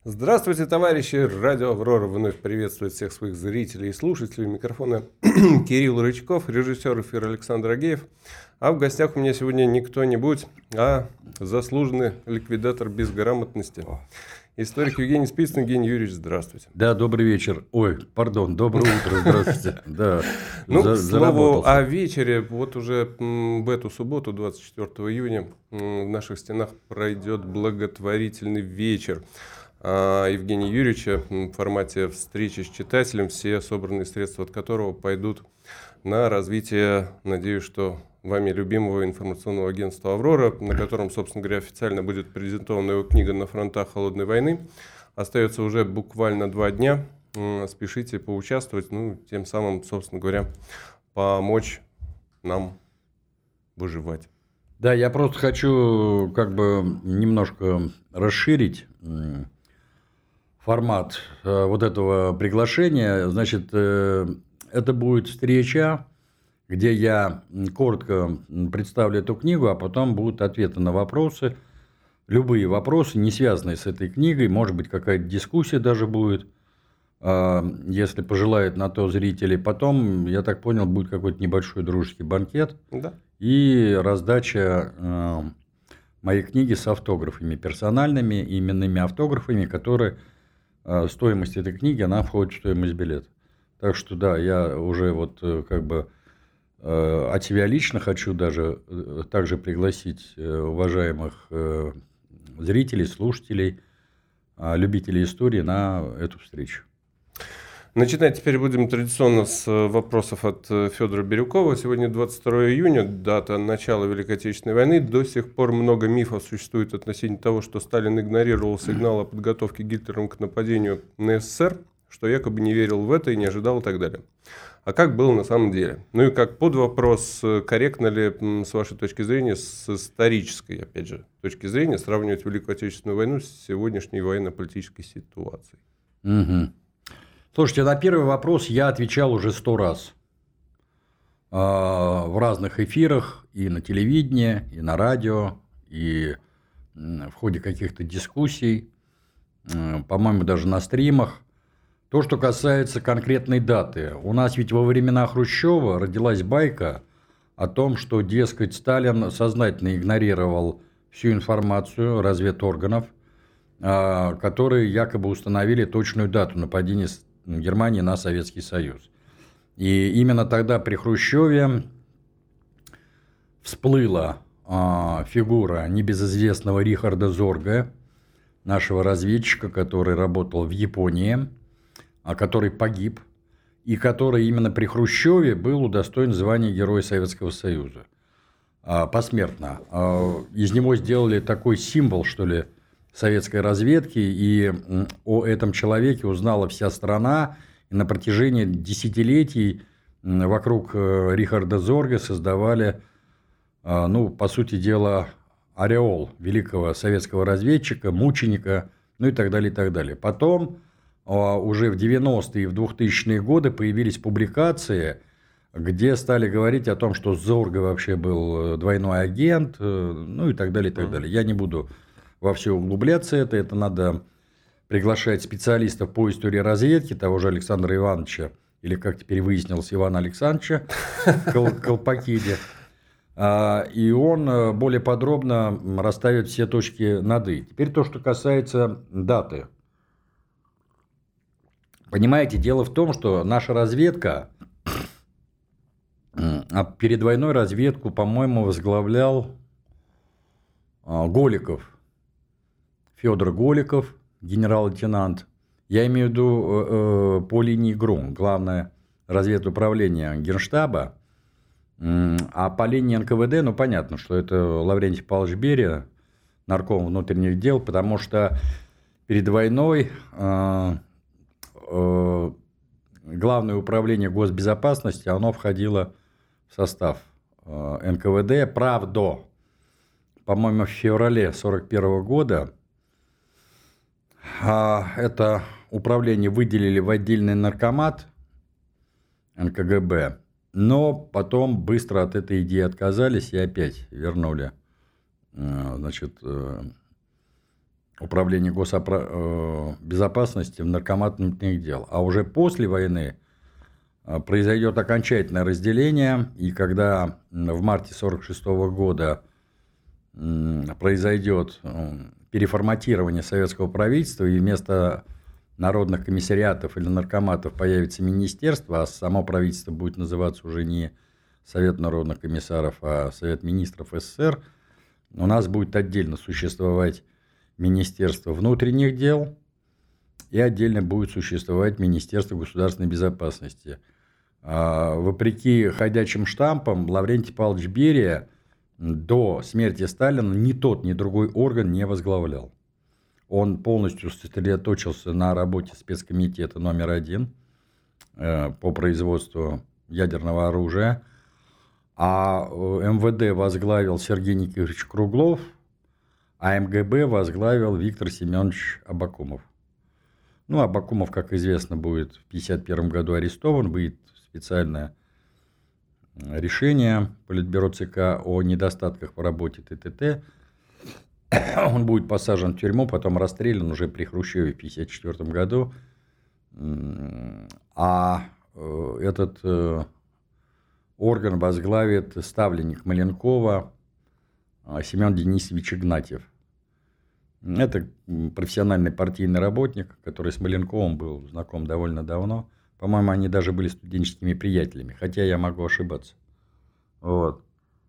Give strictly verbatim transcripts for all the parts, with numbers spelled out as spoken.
Здравствуйте, товарищи! Радио «Аврора» вновь приветствует всех своих зрителей и слушателей. У микрофона Кирилл Рычков, режиссер эфира Александр Агеев. А в гостях у меня сегодня не кто-нибудь, а заслуженный ликвидатор безграмотности. Историк Евгений Спицын. Евгений Юрьевич, здравствуйте. Да, добрый вечер. Ой, пардон, доброе утро, здравствуйте. Да, ну, к слову о вечере. Вот уже в эту субботу, двадцать четвёртого июня, в наших стенах пройдет благотворительный вечер Евгения Юрьевича в формате встречи с читателем, все собранные средства от которого пойдут на развитие, надеюсь, что вами любимого информационного агентства «Аврора», на котором, собственно говоря, официально будет презентована его книга «На фронтах холодной войны». Остается уже буквально два дня. Спешите поучаствовать, ну, тем самым, собственно говоря, помочь нам выживать. Да, я просто хочу как бы немножко расширить формат э, вот этого приглашения. Значит, э, это будет встреча, где я коротко представлю эту книгу, а потом будут ответы на вопросы. Любые вопросы, не связанные с этой книгой. Может быть, какая-то дискуссия даже будет, э, если пожелают на то зрители. Потом, я так понял, будет какой-то небольшой дружеский банкет. Да. И раздача э, моей книги с автографами, персональными именными автографами, которые... Стоимость этой книги, она входит в стоимость билета. Так что да, я уже вот как бы от себя лично хочу даже также пригласить уважаемых зрителей, слушателей, любителей истории на эту встречу. Начинать теперь будем традиционно с вопросов от Федора Бирюкова. Сегодня двадцать второго июня, дата начала Великой Отечественной войны. До сих пор много мифов существует относительно того, что Сталин игнорировал сигнал о подготовке Гитлером к нападению на СССР, что якобы не верил в это и не ожидал и так далее. А как было на самом деле? Ну и как под вопрос, корректно ли, с вашей точки зрения, с исторической, опять же, точки зрения, сравнивать Великую Отечественную войну с сегодняшней военно-политической ситуацией? Угу. Слушайте, на первый вопрос я отвечал уже сто раз э, в разных эфирах, и на телевидении, и на радио, и в ходе каких-то дискуссий, э, по-моему, даже на стримах. То, что касается конкретной даты. У нас ведь во времена Хрущева родилась байка о том, что, дескать, Сталин сознательно игнорировал всю информацию разведорганов, э, которые якобы установили точную дату нападения Германии на Советский Союз. И именно тогда при Хрущеве всплыла а, фигура небезызвестного Рихарда Зорга, нашего разведчика, который работал в Японии, а который погиб, и который именно при Хрущеве был удостоен звания Героя Советского Союза. А, посмертно. А, из него сделали такой символ, что ли, советской разведки, и о этом человеке узнала вся страна, и на протяжении десятилетий вокруг Рихарда Зорга создавали, ну, по сути дела, ореол великого советского разведчика, мученика, ну и так далее, и так далее. Потом, уже в девяностые и в двухтысячные годы появились публикации, где стали говорить о том, что Зорга вообще был двойной агент, ну и так далее, и так далее. Я не буду во все углубляться это, это надо приглашать специалистов по истории разведки, того же Александра Ивановича, или, как теперь выяснилось, Ивана Александровича Колпакиди, и он более подробно расставит все точки над «и». Теперь то, что касается даты. Понимаете, дело в том, что наша разведка, а перед войной разведку, по-моему, возглавлял Голиков, Федор Голиков, генерал-лейтенант. Я имею в виду э, по линии ГРУ, главное разведуправление Генштаба. А по линии эн ка вэ дэ, ну, понятно, что это Лаврентий Павлович Берия, нарком внутренних дел, потому что перед войной э, э, Главное управление госбезопасности, оно входило в состав э, эн ка вэ дэ. Правда, по-моему, в феврале сорок первого года это управление выделили в отдельный наркомат эн ка гэ бэ, но потом быстро от этой идеи отказались и опять вернули, значит, управления госбезопасности в Наркомат внутренних дел. А уже после войны произойдет окончательное разделение, и когда в марте сорок шестого года произойдет переформатирование советского правительства, и вместо народных комиссариатов или наркоматов появится министерство, а само правительство будет называться уже не Совет народных комиссаров, а Совет министров СССР, у нас будет отдельно существовать Министерство внутренних дел и отдельно будет существовать Министерство государственной безопасности. Вопреки ходячим штампам, Лаврентий Павлович Берия до смерти Сталина ни тот, ни другой орган не возглавлял. Он полностью сосредоточился на работе спецкомитета номер один по производству ядерного оружия, а эм вэ дэ возглавил Сергей Никифорович Круглов, а эм гэ бэ возглавил Виктор Семенович Абакумов. Ну, Абакумов, как известно, будет в тысяча девятьсот пятьдесят первом году арестован, будет специальное решение Политбюро ЦК о недостатках в работе тэ тэ тэ. Он будет посажен в тюрьму, потом расстрелян уже при Хрущеве в тысяча девятьсот пятьдесят четвёртом году. А этот орган возглавит ставленник Маленкова Семен Денисович Игнатьев. Это профессиональный партийный работник, который с Маленковым был знаком довольно давно. По-моему, они даже были студенческими приятелями, хотя я могу ошибаться. Вот.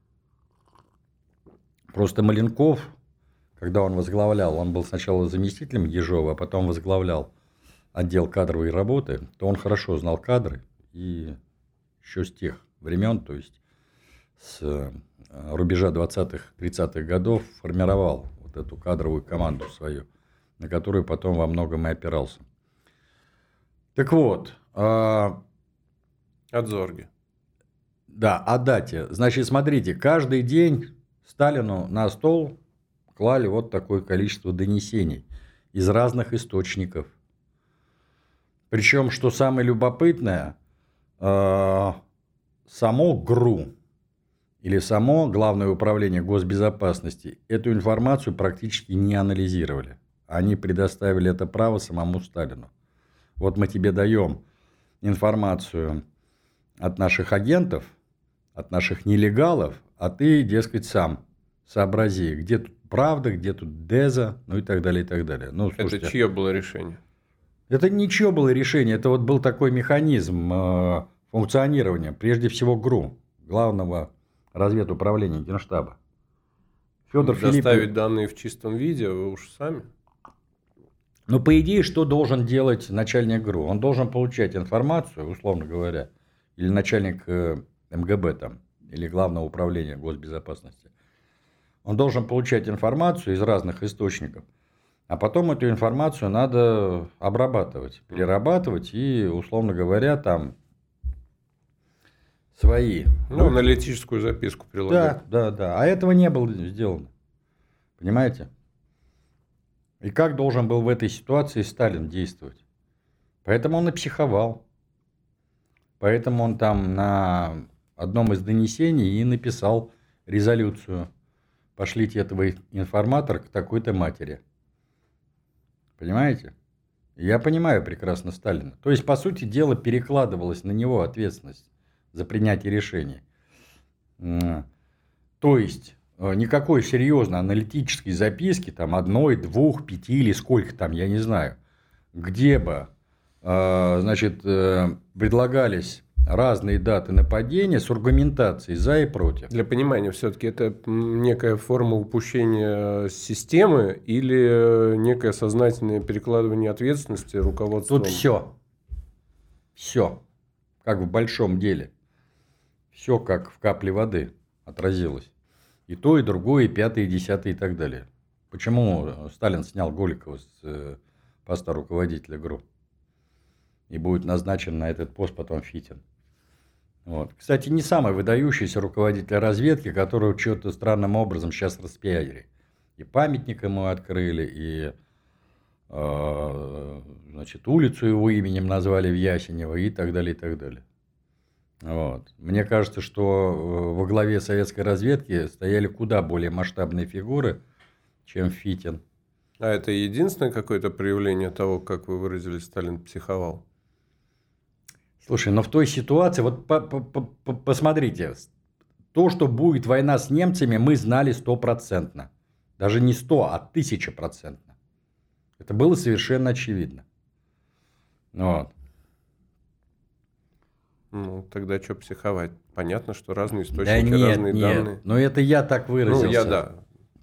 Просто Маленков, когда он возглавлял, он был сначала заместителем Ежова, а потом возглавлял отдел кадровой работы, то он хорошо знал кадры и еще с тех времен, то есть с рубежа двадцатых-тридцатых годов формировал вот эту кадровую команду свою, на которую потом во многом и опирался. Так вот. А... От Зорги. Да, о дате. Значит, смотрите, каждый день Сталину на стол клали вот такое количество донесений из разных источников. Причем, что самое любопытное, само ГРУ или само Главное управление госбезопасности эту информацию практически не анализировали. Они предоставили это право самому Сталину. Вот мы тебе даем информацию от наших агентов, от наших нелегалов, а ты, дескать, сам сообрази, где тут правда, где тут деза, ну и так далее, и так далее. Ну, слушайте, это чье было решение? Это ничье было решение, это вот был такой механизм э, функционирования, прежде всего ГРУ, Главного разведуправления Генштаба. Федор Доставить Филиппов... данные в чистом виде, вы уж сами. Ну, по идее, что должен делать начальник ГРУ? Он должен получать информацию, условно говоря, или начальник эм гэ бэ там, или Главного управления госбезопасности. Он должен получать информацию из разных источников, а потом эту информацию надо обрабатывать, перерабатывать и, условно говоря, там свои. Ну, аналитическую записку прилагать. Да, да, да. А этого не было сделано. Понимаете? И как должен был в этой ситуации Сталин действовать? Поэтому он и психовал. Поэтому он там на одном из донесений и написал резолюцию. Пошлите этого информатора к такой-то матери. Понимаете? Я понимаю прекрасно Сталина. То есть, по сути дела, перекладывалась на него ответственность за принятие решений. То есть, никакой серьезной аналитической записки, там, одной, двух, пяти или сколько там, я не знаю, где бы, значит, предлагались разные даты нападения с аргументацией за и против. Для понимания, все-таки это некая форма упущения системы или некое сознательное перекладывание ответственности руководством? Тут все. Все. Как в большом деле. Все как в капле воды отразилось. И то, и другое, и пятое, и десятое, и так далее. Почему Сталин снял Голикова с поста руководителя ГРУ? И будет назначен на этот пост потом Фитин. Вот. Кстати, не самый выдающийся руководитель разведки, которого что-то странным образом сейчас распиарили. И памятник ему открыли, и э, значит, улицу его именем назвали в Ясенево, и так далее, и так далее. Вот. Мне кажется, что во главе советской разведки стояли куда более масштабные фигуры, чем Фитин. А это единственное какое-то проявление того, как вы выразились, Сталин психовал? Слушай, но в той ситуации, вот по -по -по посмотрите, то, что будет война с немцами, мы знали стопроцентно. Даже не сто, а тысячепроцентно. Это было совершенно очевидно. Вот. Ну, тогда что психовать? Понятно, что разные источники, да нет, разные нет. данные. Но это я так выразился. Ну, я да.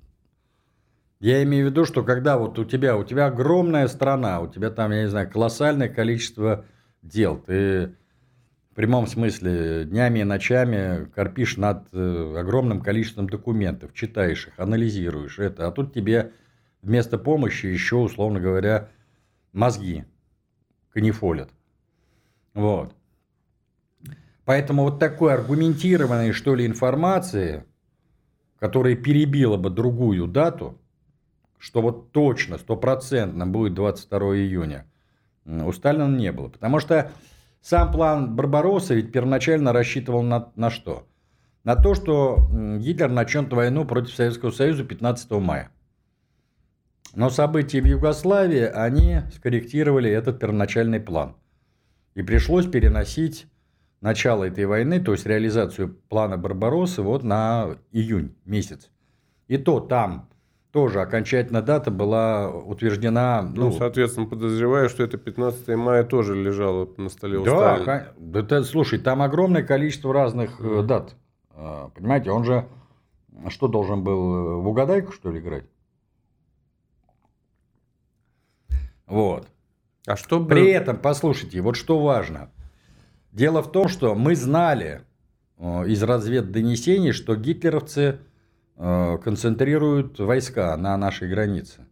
Я имею в виду, что когда вот у тебя, у тебя огромная страна, у тебя там, я не знаю, колоссальное количество дел, ты в прямом смысле днями и ночами корпишь над э, огромным количеством документов, читаешь их, анализируешь это, а тут тебе вместо помощи еще, условно говоря, мозги канифолят. Вот. Поэтому вот такой аргументированной, что ли, информации, которая перебила бы другую дату, что вот точно, стопроцентно будет двадцать второго июня, у Сталина не было. Потому что сам план Барбароссы ведь первоначально рассчитывал на, на что? На то, что Гитлер начнет войну против Советского Союза пятнадцатого мая. Но события в Югославии, они скорректировали этот первоначальный план. И пришлось переносить начало этой войны, то есть реализацию плана Барбароссы, вот на июнь месяц. И то там тоже окончательная дата была утверждена. Ну, ну соответственно, подозреваю, что это пятнадцатого мая тоже лежало на столе у да, Сталина. Да, это, слушай, там огромное количество разных mm. дат. Понимаете, он же что должен был в угадайку, что ли, играть? Вот. А что При этом, послушайте, вот что важно. Дело в том, что мы знали из разведдонесений, что гитлеровцы концентрируют войска на нашей границе.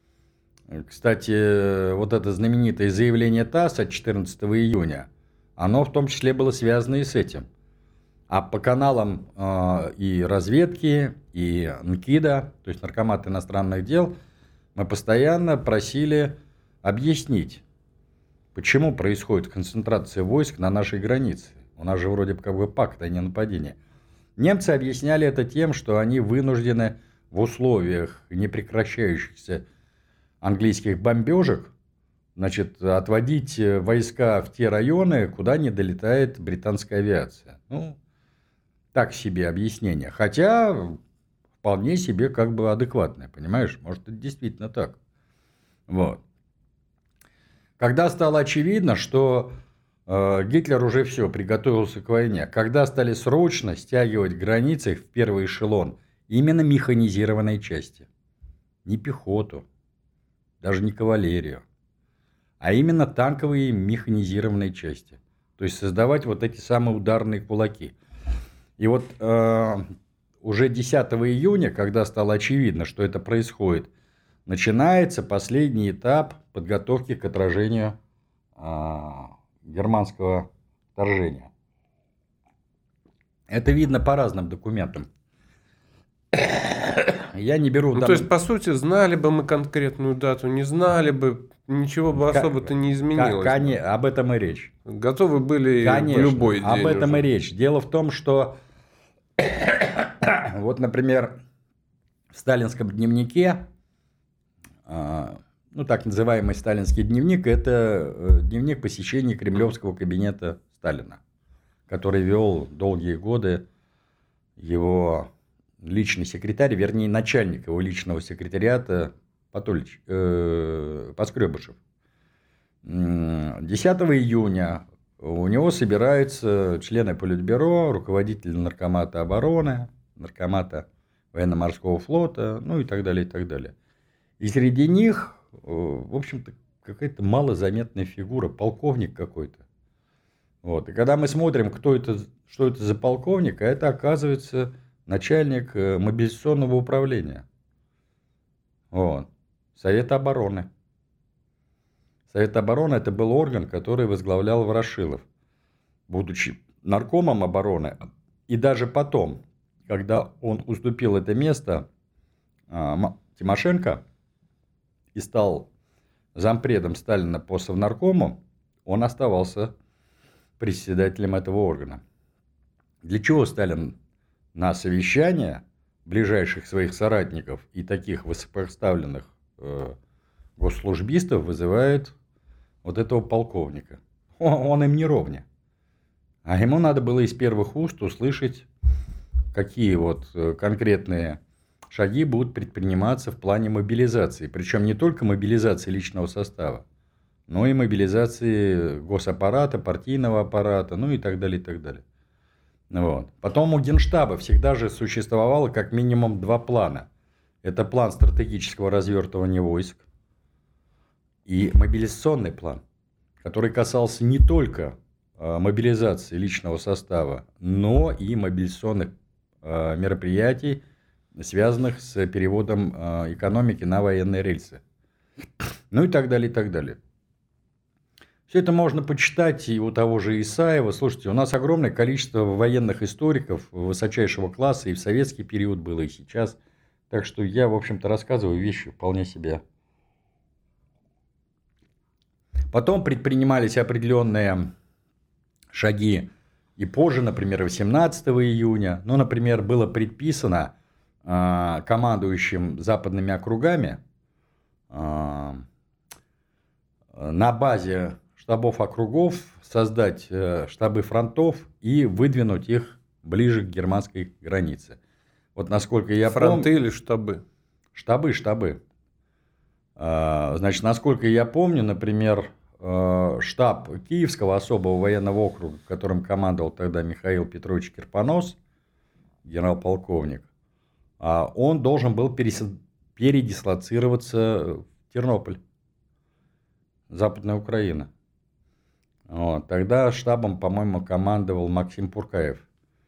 Кстати, вот это знаменитое заявление ТАСС от четырнадцатого июня, оно в том числе было связано и с этим. А по каналам и разведки, и НКИДа, то есть Наркомата иностранных дел, мы постоянно просили объяснить, почему происходит концентрация войск на нашей границе. У нас же вроде как бы пакт, а не нападение. Немцы объясняли это тем, что они вынуждены в условиях непрекращающихся английских бомбежек, значит, отводить войска в те районы, куда не долетает британская авиация. Ну, так себе объяснение. Хотя вполне себе как бы адекватное, понимаешь? Может, это действительно так. Вот. Когда стало очевидно, что э, Гитлер уже все, приготовился к войне, когда стали срочно стягивать границы в первый эшелон именно механизированные части, не пехоту, даже не кавалерию, а именно танковые механизированные части. То есть создавать вот эти самые ударные кулаки. И вот э, уже десятого июня, когда стало очевидно, что это происходит, начинается последний этап подготовки к отражению э, германского вторжения. Это видно по разным документам. Я не беру... Ну, там... То есть, по сути, знали бы мы конкретную дату, не знали бы, ничего бы особо-то не изменилось. Конечно, об этом и речь. Готовы были Конечно, в любой день об этом уже. и речь. Дело в том, что вот, например, в сталинском дневнике, ну, так называемый сталинский дневник, это дневник посещения кремлевского кабинета Сталина, который вел долгие годы его личный секретарь, вернее, начальник его личного секретариата Патульч, э, Поскребышев. десятого июня у него собираются члены Политбюро, руководители Наркомата обороны, Наркомата военно-морского флота, ну и так далее, и так далее. И среди них, в общем-то, какая-то малозаметная фигура, полковник какой-то. Вот. И когда мы смотрим, кто это, что это за полковник, а это, оказывается, начальник мобилизационного управления. Вот. Совет обороны. Совет обороны – это был орган, который возглавлял Ворошилов, будучи наркомом обороны. И даже потом, когда он уступил это место Тимошенко и стал зампредом Сталина по Совнаркому, он оставался председателем этого органа. Для чего Сталин на совещание ближайших своих соратников и таких высокопоставленных э, госслужбистов вызывает вот этого полковника. Он, он им не ровня. А ему надо было из первых уст услышать, какие вот конкретные шаги будут предприниматься в плане мобилизации. Причем не только мобилизации личного состава, но и мобилизации госаппарата, партийного аппарата, ну и так далее, и так далее. Вот. Потом у Генштаба всегда же существовало как минимум два плана. Это план стратегического развертывания войск и мобилизационный план, который касался не только мобилизации личного состава, но и мобилизационных мероприятий, связанных с переводом экономики на военные рельсы. Ну и так далее, и так далее. Все это можно почитать и у того же Исаева. Слушайте, у нас огромное количество военных историков высочайшего класса и в советский период было, и сейчас. Так что я, в общем-то, рассказываю вещи вполне себе. Потом предпринимались определенные шаги и позже, например, восемнадцатого июня. Ну, например, было предписано э, командующим западными округами э, на базе штабов округов создать э, штабы фронтов и выдвинуть их ближе к германской границе. Вот насколько я помню... Фронты или штабы? Штабы, штабы. Э, значит, насколько я помню, например... штаб Киевского особого военного округа, которым командовал тогда Михаил Петрович Кирпонос, генерал-полковник, он должен был передислоцироваться в Тернополь, Западная Украина. Вот. Тогда штабом, по-моему, командовал Максим Пуркаев,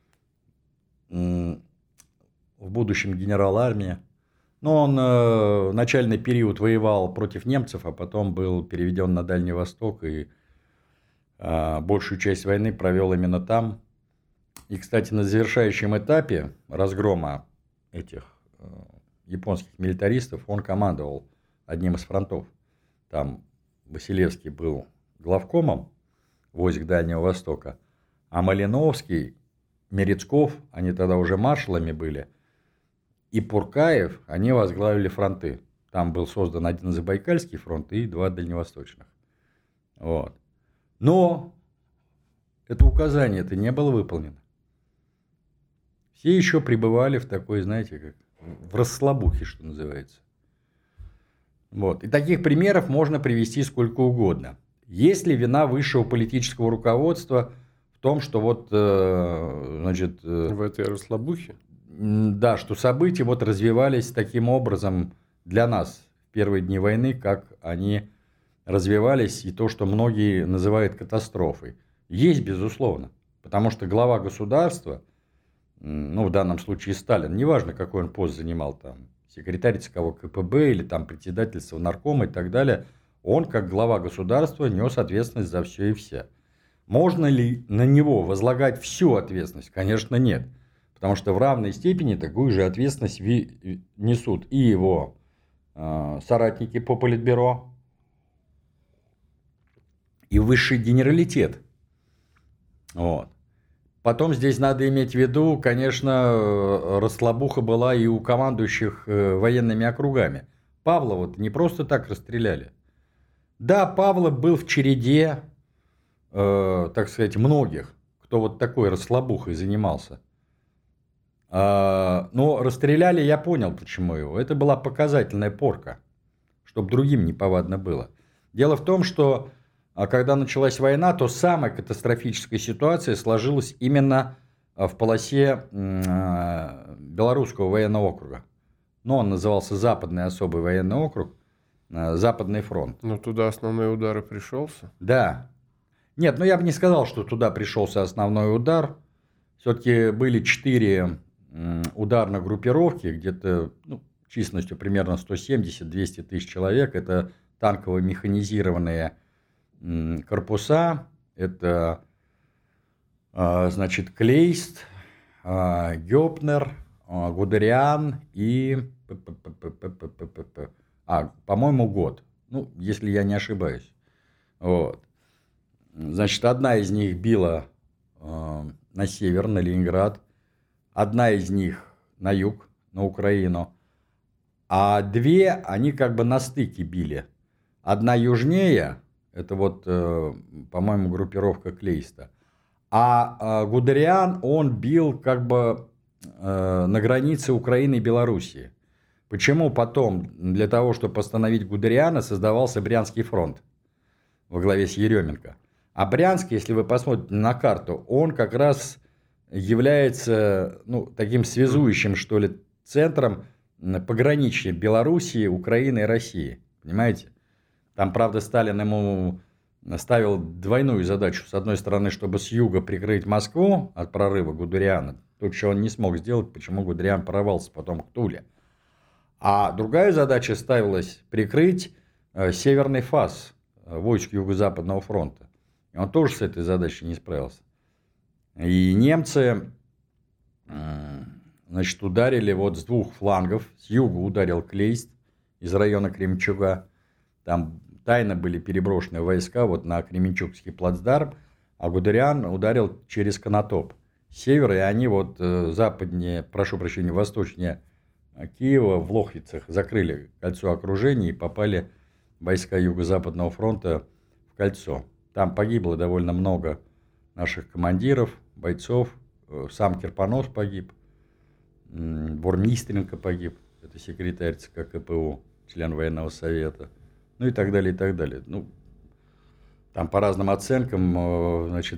в будущем генерал армии. Но он э, в начальный период воевал против немцев, а потом был переведен на Дальний Восток и э, большую часть войны провел именно там. И, кстати, на завершающем этапе разгрома этих э, японских милитаристов он командовал одним из фронтов. Там Василевский был главкомом войск Дальнего Востока, а Малиновский, Мерецков, они тогда уже маршалами были, и Пуркаев, они возглавили фронты. Там был создан один Забайкальский фронт и два дальневосточных. Вот. Но это указание-то не было выполнено. Все еще пребывали в такой, знаете, как в расслабухе, что называется. Вот. И таких примеров можно привести сколько угодно. Есть ли вина высшего политического руководства в том, что вот, э, значит... Э, в этой расслабухе? Да, что события вот развивались таким образом для нас в первые дни войны, как они развивались, и то, что многие называют катастрофой. Есть, безусловно, потому что глава государства, ну, в данном случае Сталин, неважно, какой он пост занимал, там, секретарь ЦК ВКПБ или там председатель Совнаркома и так далее, он, как глава государства, нес ответственность за все и вся. Можно ли на него возлагать всю ответственность? Конечно, нет. Потому что в равной степени такую же ответственность несут и его э, соратники по политбюро, и высший генералитет. Вот. Потом здесь надо иметь в виду, конечно, расслабуха была и у командующих э, военными округами. Павлова не просто так расстреляли. Да, Павлов был в череде, э, так сказать, многих, кто вот такой расслабухой занимался. Но расстреляли, я понял, почему его. Это была показательная порка, чтобы другим неповадно было. Дело в том, что когда началась война, то самая катастрофическая ситуация сложилась именно в полосе Белорусского военного округа. Но он назывался Западный особый военный округ, Западный фронт. Но туда основной удар и пришелся? Да. Нет, ну я бы не сказал, что туда пришелся основной удар. Все-таки были четыре ударных группировки, где-то ну, численностью примерно сто семьдесят - двести тысяч человек. Это танково-механизированные корпуса, это, значит, Клейст, Гёпнер, Гудериан и, а, по-моему, Год, ну, если я не ошибаюсь. Вот. Значит, одна из них била на север, на Ленинград, одна из них на юг, на Украину, а две, они как бы на стыке били. Одна южнее, это вот, э, по-моему, группировка Клейста, а э, Гудериан, он бил как бы э, на границе Украины и Белоруссии. Почему потом, для того, чтобы остановить Гудериана, создавался Брянский фронт во главе с Еременко. А Брянск, если вы посмотрите на карту, он как раз является, ну, таким связующим, что ли, центром пограничья Белоруссии, Украины и России. Понимаете? Там, правда, Сталин ему ставил двойную задачу. С одной стороны, чтобы с юга прикрыть Москву от прорыва Гудериана. То, что он не смог сделать, почему Гудериан прорвался потом к Туле. А другая задача ставилась прикрыть э, северный фас э, войск Юго-Западного фронта. И он тоже с этой задачей не справился. И немцы э, значит, ударили вот с двух флангов. С юга ударил Клейст из района Кременчуга. Там тайно были переброшены войска вот на Кременчугский плацдарм. А Гудериан ударил через Конотоп. С севера, и они вот э, западнее, прошу прощения, восточнее Киева в Лохвицах закрыли кольцо окружения и попали войска Юго-Западного фронта в кольцо. Там погибло довольно много наших командиров, бойцов. Сам Кирпонос погиб, Бурмистренко погиб, это секретарь ЦК КПУ, член военного совета, ну и так далее, и так далее. Ну, там по разным оценкам, значит,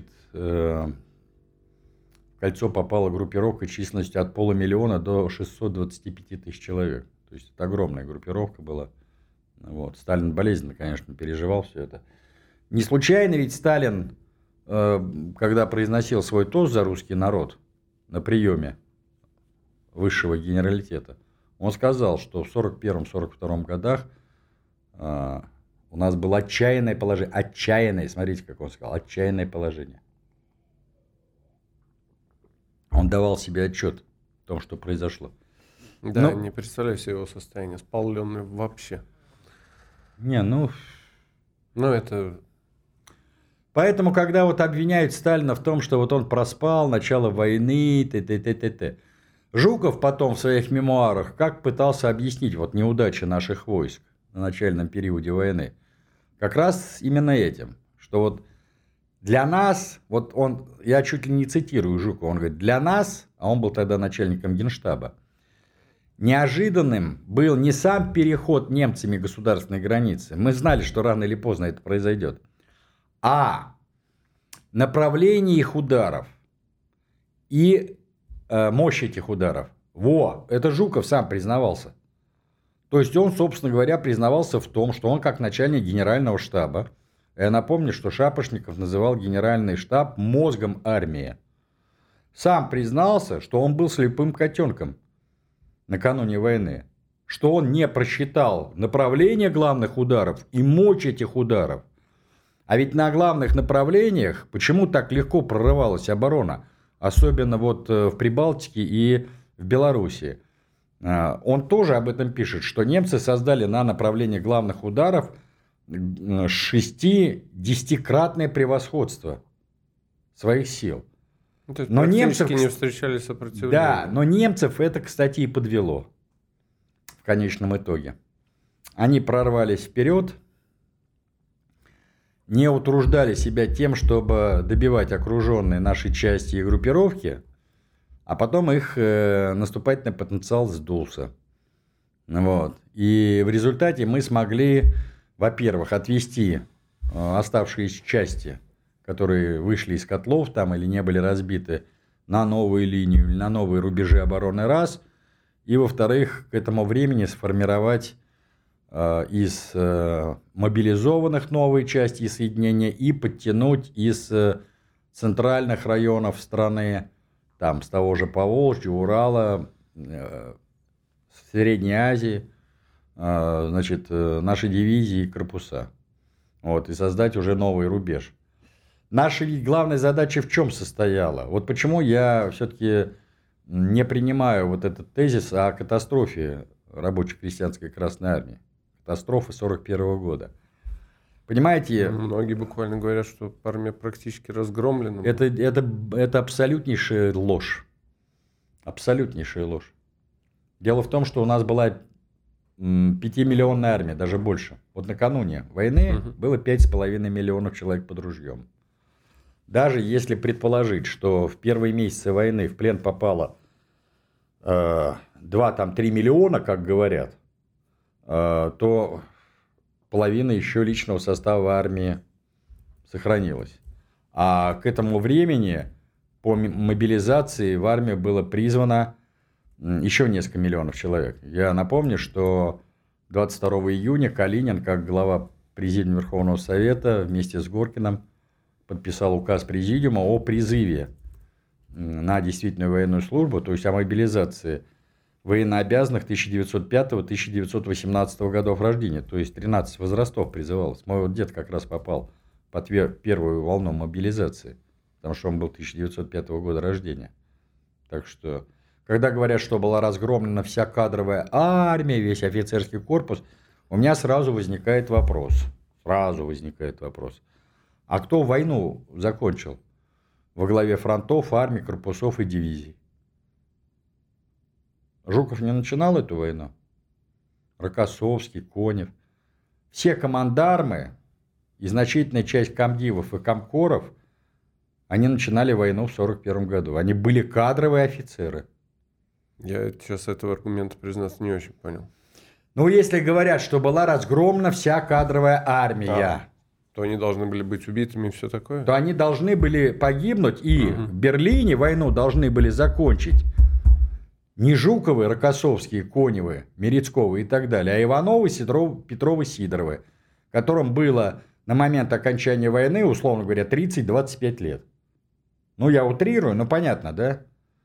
в кольцо попала группировка численностью от полумиллиона до шестисот двадцати пяти тысяч человек. То есть это огромная группировка была. Вот. Сталин болезненно, конечно, переживал все это. Не случайно ведь Сталин, когда произносил свой тост за русский народ на приеме высшего генералитета, он сказал, что в сорок первом — сорок втором годах у нас было отчаянное положение. Отчаянное, смотрите, как он сказал, отчаянное положение. Он давал себе отчет в том, что произошло. Да, Но... не представляю себе его состояние, спаленный вообще. Не, ну... Ну, это... Поэтому, когда вот обвиняют Сталина в том, что вот он проспал начало войны, т.т.т.т. Жуков потом в своих мемуарах как пытался объяснить вот неудачи наших войск на начальном периоде войны. Как раз именно этим, что вот для нас, вот он, я чуть ли не цитирую Жукова, он говорит, для нас, а он был тогда начальником Генштаба, неожиданным был не сам переход немцами государственной границы, мы знали, что рано или поздно это произойдет, а направление их ударов и э, мощь этих ударов. Во, это Жуков сам признавался. То есть он, собственно говоря, признавался в том, что он как начальник генерального штаба, я напомню, что Шапошников называл генеральный штаб мозгом армии, сам признался, что он был слепым котенком накануне войны, что он не просчитал направление главных ударов и мощь этих ударов. А ведь на главных направлениях почему так легко прорывалась оборона, особенно вот в Прибалтике и в Белоруссии. Он тоже об этом пишет, что немцы создали на направлении главных ударов шести-десятикратное превосходство своих сил. То есть но немцев не встречали сопротивления. Да, но немцев это, кстати, и подвело в конечном итоге. Они прорвались вперед, не утруждали себя тем, чтобы добивать окруженные наши части и группировки, а потом их э, наступательный потенциал сдулся. Вот. И в результате мы смогли, во-первых, отвести э, оставшиеся части, которые вышли из котлов там или не были разбиты, на новую линию, на новые рубежи обороны, раз. И, во-вторых, к этому времени сформировать э, из э, мобилизованных новые части и соединения и подтянуть из э, центральных районов страны, там, с того же Поволжья, Урала, э, Средней Азии, э, значит, э, наши дивизии и корпуса. Вот, и создать уже новый рубеж. Наша ведь главная задача в чем состояла? Вот почему я все-таки не принимаю вот этот тезис о катастрофе рабоче-крестьянской Красной Армии. Катастрофа сорок первого года. Понимаете? Многие буквально говорят, что армия практически разгромлена. Это, это, это абсолютнейшая ложь. Абсолютнейшая ложь. Дело в том, что у нас была пятимиллионная армия, даже больше. Вот накануне войны угу. было пять с половиной миллионов человек под ружьем. Даже если предположить, что в первые месяцы войны в плен попало э, два-три миллиона, как говорят, э, то половина еще личного состава армии сохранилась. А к этому времени по мобилизации в армию было призвано еще несколько миллионов человек. Я напомню, что двадцать второго июня Калинин, как глава Президиума Верховного Совета, вместе с Горкиным подписал указ Президиума о призыве на действительную военную службу, то есть о мобилизации военнообязанных тысяча девятьсот пятого — тысяча девятьсот восемнадцатого годов рождения, то есть тринадцать возрастов призывалось. Мой вот дед как раз попал под первую волну мобилизации, потому что он был тысяча девятьсот пятого года рождения. Так что, когда говорят, что была разгромлена вся кадровая армия, весь офицерский корпус, у меня сразу возникает вопрос, сразу возникает вопрос, а кто войну закончил во главе фронтов, армий, корпусов и дивизий? Жуков не начинал эту войну? Рокоссовский, Конев. Все командармы и значительная часть комдивов и комкоров, они начинали войну в сорок первом году. Они были кадровые офицеры. Я сейчас этого аргумента, признаться, не очень понял. Ну, если говорят, что была разгромлена вся кадровая армия, а, то они должны были быть убитыми и все такое? То они должны были погибнуть, и угу. в Берлине войну должны были закончить не Жуковы, Рокоссовские, Коневы, Мерецковы и так далее, а Ивановы, Сидоровы, Петровы, Сидоровы, которым было на момент окончания войны, условно говоря, тридцать-двадцать пять лет. Ну, я утрирую, но понятно, да?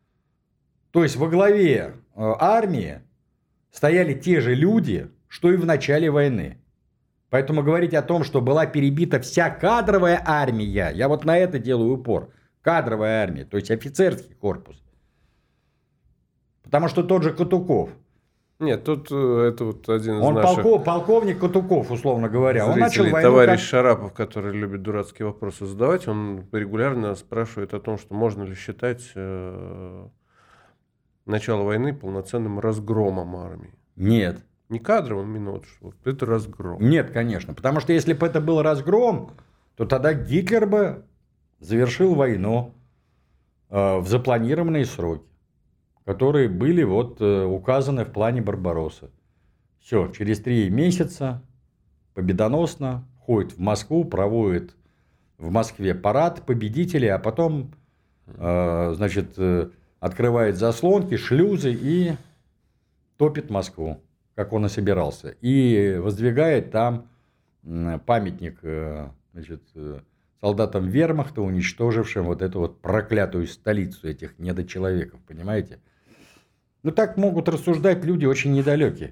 То есть во главе э, армии стояли те же люди, что и в начале войны. Поэтому говорить о том, что была перебита вся кадровая армия, я вот на это делаю упор. Кадровая армия, то есть офицерский корпус. Потому что тот же Катуков. Нет, тут это вот один из он наших... полков, полковник Катуков, условно говоря. Он начал войну товарищ как... Шарапов, который любит дурацкие вопросы задавать, он регулярно спрашивает о том, что можно ли считать э, начало войны полноценным разгромом армии. Нет. Не кадровым, именно вот, вот это разгром. Нет, конечно. Потому что если бы это был разгром, то тогда Гитлер бы завершил войну э, в запланированные сроки, которые были вот э, указаны в плане Барбароссы. Все, через три месяца победоносно ходит в Москву, проводит в Москве парад победителей, а потом, э, значит, э, открывает заслонки, шлюзы и топит Москву, как он и собирался. И воздвигает там э, памятник, э, значит, э, солдатам вермахта, уничтожившим вот эту вот проклятую столицу этих недочеловеков, понимаете? Ну, так могут рассуждать люди очень недалекие.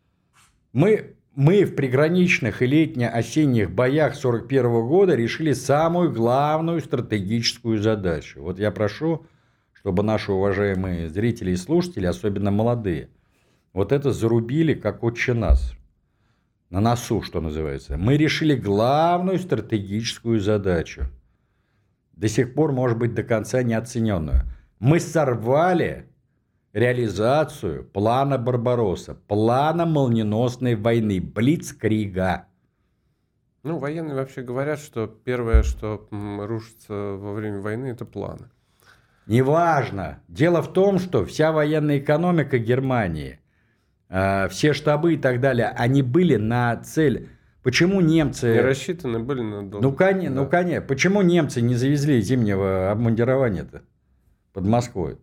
Мы, мы в приграничных и летне-осенних боях сорок первого года решили самую главную стратегическую задачу. Вот я прошу, чтобы наши уважаемые зрители и слушатели, особенно молодые, вот это зарубили как отче нас. На носу, что называется. Мы решили главную стратегическую задачу. До сих пор, может быть, до конца неоцененную. Мы сорвали реализацию плана Барбаросса, плана молниеносной войны, блицкрига. Ну, военные вообще говорят, что первое, что рушится во время войны, это планы. Неважно. Дело в том, что вся военная экономика Германии, э, все штабы и так далее, они были на цель. Почему немцы... Не рассчитаны были на долг. Ну, конечно, да. ну, конечно. Почему немцы не завезли зимнего обмундирования-то под Москвой?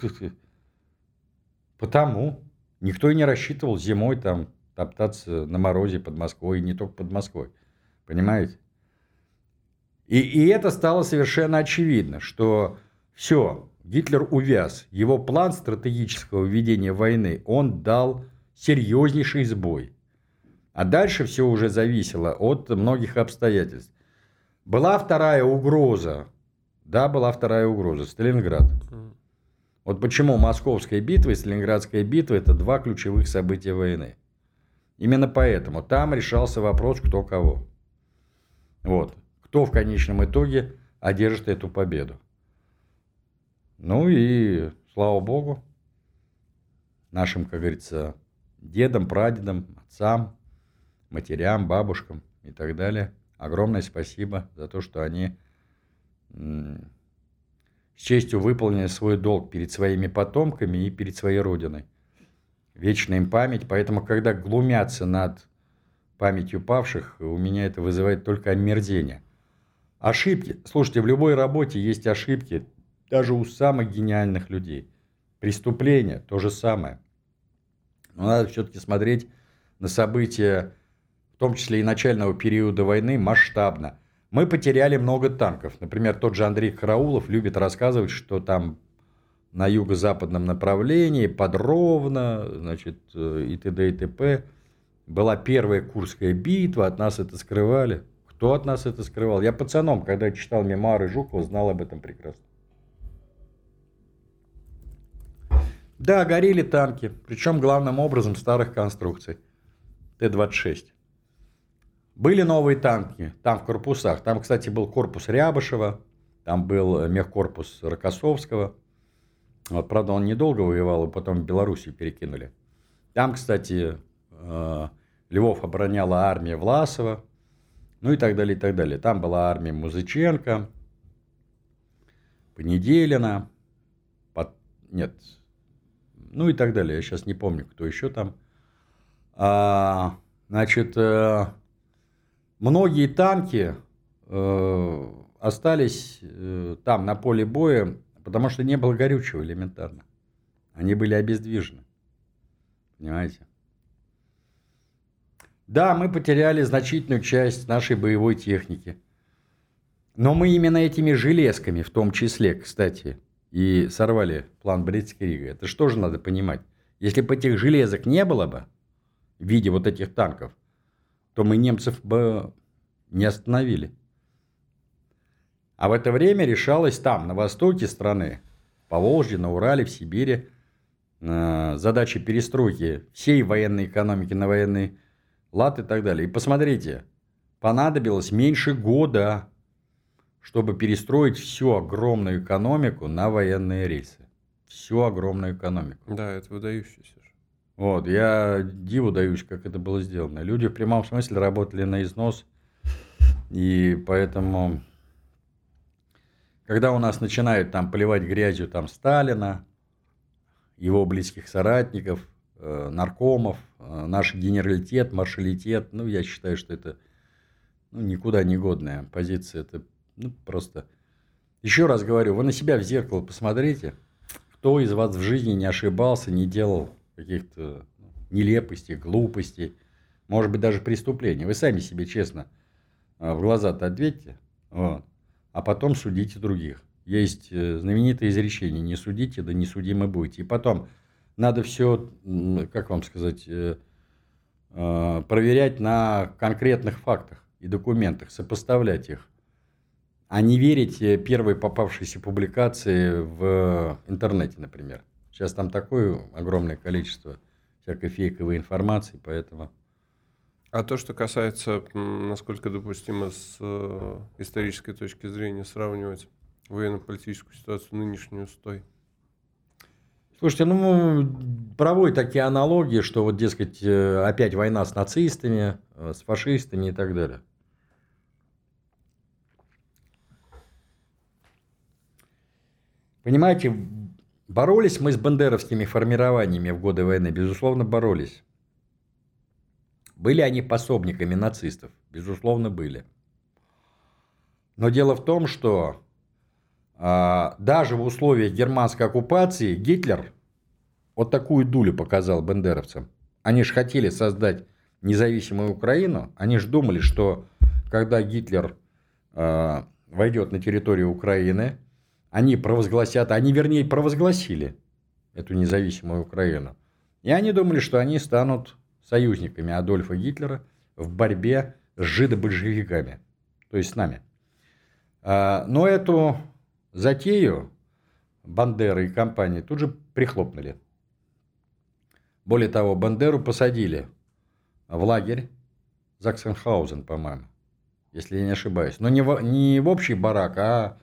Потому. Никто и не рассчитывал зимой там топтаться на морозе под Москвой, и не только под Москвой. Понимаете? И, и это стало совершенно очевидно, что все, Гитлер увяз. Его план стратегического ведения войны, он дал серьезнейший сбой. А дальше все уже зависело от многих обстоятельств. Была вторая угроза. Да, была вторая угроза. Сталинград. Вот почему Московская битва и Сталинградская битва – это два ключевых события войны. Именно поэтому там решался вопрос, кто кого. Вот. Кто в конечном итоге одержит эту победу. Ну и, слава богу, нашим, как говорится, дедам, прадедам, отцам, матерям, бабушкам и так далее. Огромное спасибо за то, что они м- с честью выполнили свой долг перед своими потомками и перед своей родиной. Вечная им память, поэтому, когда глумятся над памятью павших, у меня это вызывает только омерзение. Ошибки. Слушайте, в любой работе есть ошибки, даже у самых гениальных людей. Преступление – то же самое. Но надо все-таки смотреть на события, в том числе и начального периода войны, масштабно. Мы потеряли много танков. Например, тот же Андрей Караулов любит рассказывать, что там на юго-западном направлении, под Ровно, значит, и т.д. и т.п. была первая Курская битва, от нас это скрывали. Кто от нас это скрывал? Я пацаном, когда читал мемуары Жукова, знал об этом прекрасно. Да, горели танки, причем главным образом старых конструкций. Т двадцать шесть. Были новые танки, там в корпусах. Там, кстати, был корпус Рябышева, там был мехкорпус Рокоссовского. Вот, правда, он недолго воевал, и потом в Белоруссию перекинули. Там, кстати, Львов обороняла армия Власова, ну и так далее, и так далее. Там была армия Музыченко, Понеделина, под... нет, ну и так далее. Я сейчас не помню, кто еще там. А, значит, многие танки э, остались э, там на поле боя, потому что не было горючего элементарно. Они были обездвижены. Понимаете? Да, мы потеряли значительную часть нашей боевой техники. Но мы именно этими железками, в том числе, кстати, и сорвали план Блицкрига. Это что же надо понимать? Если бы этих железок не было бы, в виде вот этих танков, то мы немцев бы не остановили. А в это время решалась там, на востоке страны, в Поволжье, на Урале, в Сибири, задача перестройки всей военной экономики на военный лад и так далее. И посмотрите, понадобилось меньше года, чтобы перестроить всю огромную экономику на военные рейсы. Всю огромную экономику. Да, это выдающееся. Вот, я диву даюсь, как это было сделано. Люди в прямом смысле работали на износ. И поэтому, когда у нас начинают там поливать грязью там Сталина, его близких соратников, э, наркомов, э, наш генералитет, маршалитет, ну, я считаю, что это ну, никуда не годная позиция. Это ну, просто... Еще раз говорю, вы на себя в зеркало посмотрите. Кто из вас в жизни не ошибался, не делал каких-то нелепостей, глупостей, может быть, даже преступлений. Вы сами себе честно в глаза-то ответьте, вот, а потом судите других. Есть знаменитое изречение: не судите, да не судимы будете. И потом надо все, как вам сказать, проверять на конкретных фактах и документах, сопоставлять их, а не верить первой попавшейся публикации в интернете, например. Сейчас там такое огромное количество всякой фейковой информации, поэтому... А то, что касается, насколько допустимо с э, исторической точки зрения сравнивать военно-политическую ситуацию нынешнюю с той? Слушайте, ну, проводят такие аналогии, что вот, дескать, опять война с нацистами, с фашистами и так далее. Понимаете, боролись мы с бандеровскими формированиями в годы войны, безусловно, боролись. Были они пособниками нацистов? Безусловно, были. Но дело в том, что а, даже в условиях германской оккупации Гитлер вот такую дулю показал бандеровцам. Они же хотели создать независимую Украину. Они же думали, что когда Гитлер а, войдет на территорию Украины, они провозгласят, они вернее провозгласили эту независимую Украину. И они думали, что они станут союзниками Адольфа Гитлера в борьбе с жидобольшевиками, то есть с нами. Но эту затею Бандера и компании тут же прихлопнули. Более того, Бандеру посадили в лагерь Заксенхаузен, по-моему, если я не ошибаюсь. Но не в, не в общий барак, а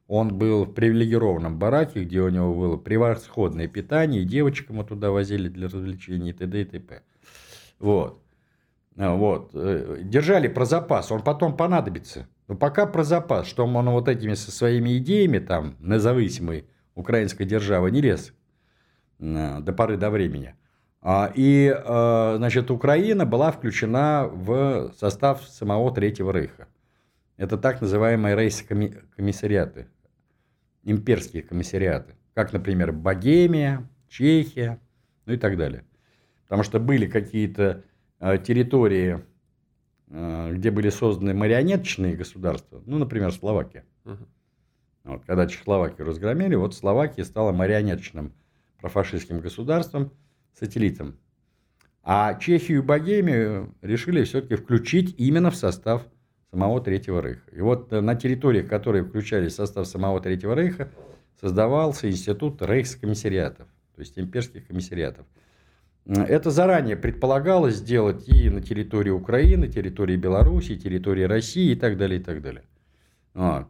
Он был в привилегированном бараке, где у него было превосходное питание, и девочек ему туда возили для развлечений, и т.д. и т.п. Вот. Вот. Держали про запас, он потом понадобится. Но пока про запас, что он вот этими со своими идеями там независимой украинской державы не лез до поры до времени. И, значит, Украина была включена в состав самого Третьего Рейха. Это так называемые рейхскомиссариаты, имперские комиссариаты, как, например, Богемия, Чехия, ну и так далее. Потому что были какие-то территории, где были созданы марионеточные государства, ну, например, Словакия. Uh-huh. Вот, когда Чехословакию разгромили, вот Словакия стала марионеточным профашистским государством, сателлитом. А Чехию и Богемию решили все-таки включить именно в состав самого Третьего Рейха. И вот на территориях, которые включались в состав самого Третьего Рейха, создавался институт рейхскомиссариатов, то есть имперских комиссариатов. Это заранее предполагалось сделать и на территории Украины, территории Беларуси, территории России и так далее, и так далее. Вот.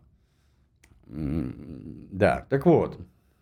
Да, так вот.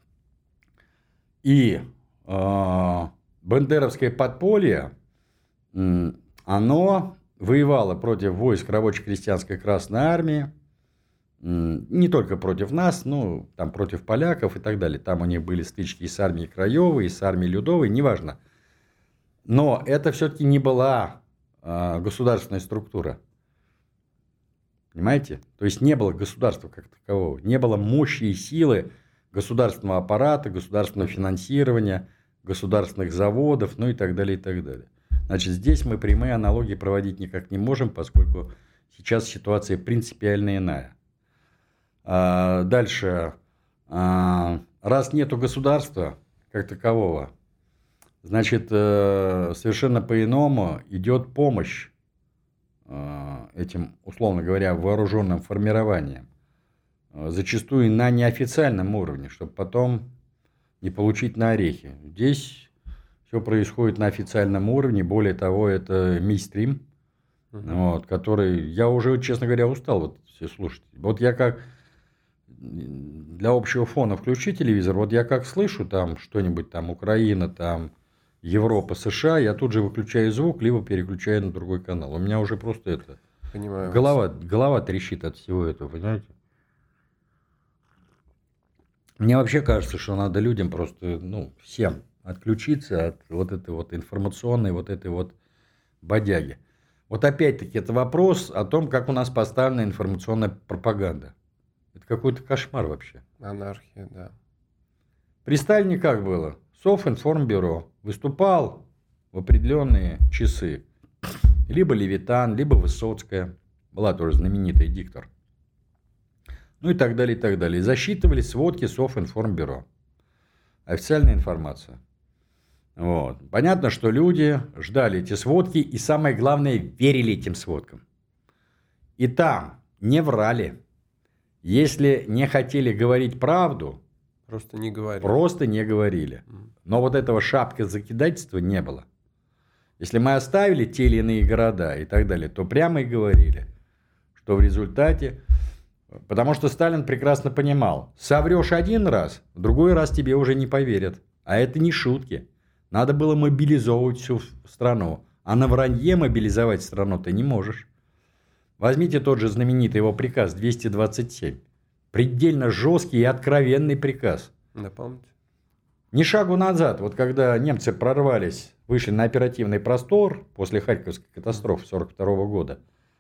И э, бандеровское подполье, э, оно воевало против войск рабоче-крестьянской Красной Армии, э, не только против нас, ну, там против поляков и так далее. Там у них были стычки и с армией Краевой, и с армией Людовой, неважно. Но это все-таки не была э, государственная структура. Понимаете? То есть не было государства как такового. Не было мощи и силы государственного аппарата, государственного финансирования, государственных заводов, ну и так далее, и так далее. Значит, здесь мы прямые аналогии проводить никак не можем, поскольку сейчас ситуация принципиально иная. А, дальше. А, раз нету государства как такового, значит, совершенно по-иному идет помощь этим, условно говоря, вооруженным формированиям. Зачастую на неофициальном уровне, чтобы потом не получить на орехи. Здесь все происходит на официальном уровне. Более того, это мейнстрим, uh-huh. вот, который... Я уже, честно говоря, устал вот все слушать. Вот я как... Для общего фона включи телевизор, вот я как слышу там что-нибудь, там Украина, там Европа, США, я тут же выключаю звук, либо переключаю на другой канал. У меня уже просто это... Понимаю. Голова, голова трещит от всего этого, понимаете? Мне вообще кажется, что надо людям просто, ну, всем отключиться от вот этой вот информационной, вот этой вот бодяги. Вот опять-таки это вопрос о том, как у нас поставлена информационная пропаганда. Это какой-то кошмар вообще. Анархия, да. При Сталине как было? Совинформбюро выступал в определенные часы. Либо Левитан, либо Высоцкая. Была тоже знаменитый диктор. Ну и так далее, и так далее. И засчитывали сводки Совинформбюро. Официальная информация. Вот. Понятно, что люди ждали эти сводки и, самое главное, верили этим сводкам. И там не врали. Если не хотели говорить правду, просто не говорили. Просто не говорили. Но вот этого шапка закидательства не было. Если мы оставили те или иные города и так далее, то прямо и говорили, что в результате... Потому что Сталин прекрасно понимал, соврешь один раз, в другой раз тебе уже не поверят. А это не шутки. Надо было мобилизовывать всю страну. А на вранье мобилизовать страну ты не можешь. Возьмите тот же знаменитый его приказ двести двадцать семь. Предельно жесткий и откровенный приказ. Напомните. Ни шагу назад, вот когда немцы прорвались, вышли на оперативный простор после Харьковской катастрофы сорок второго года,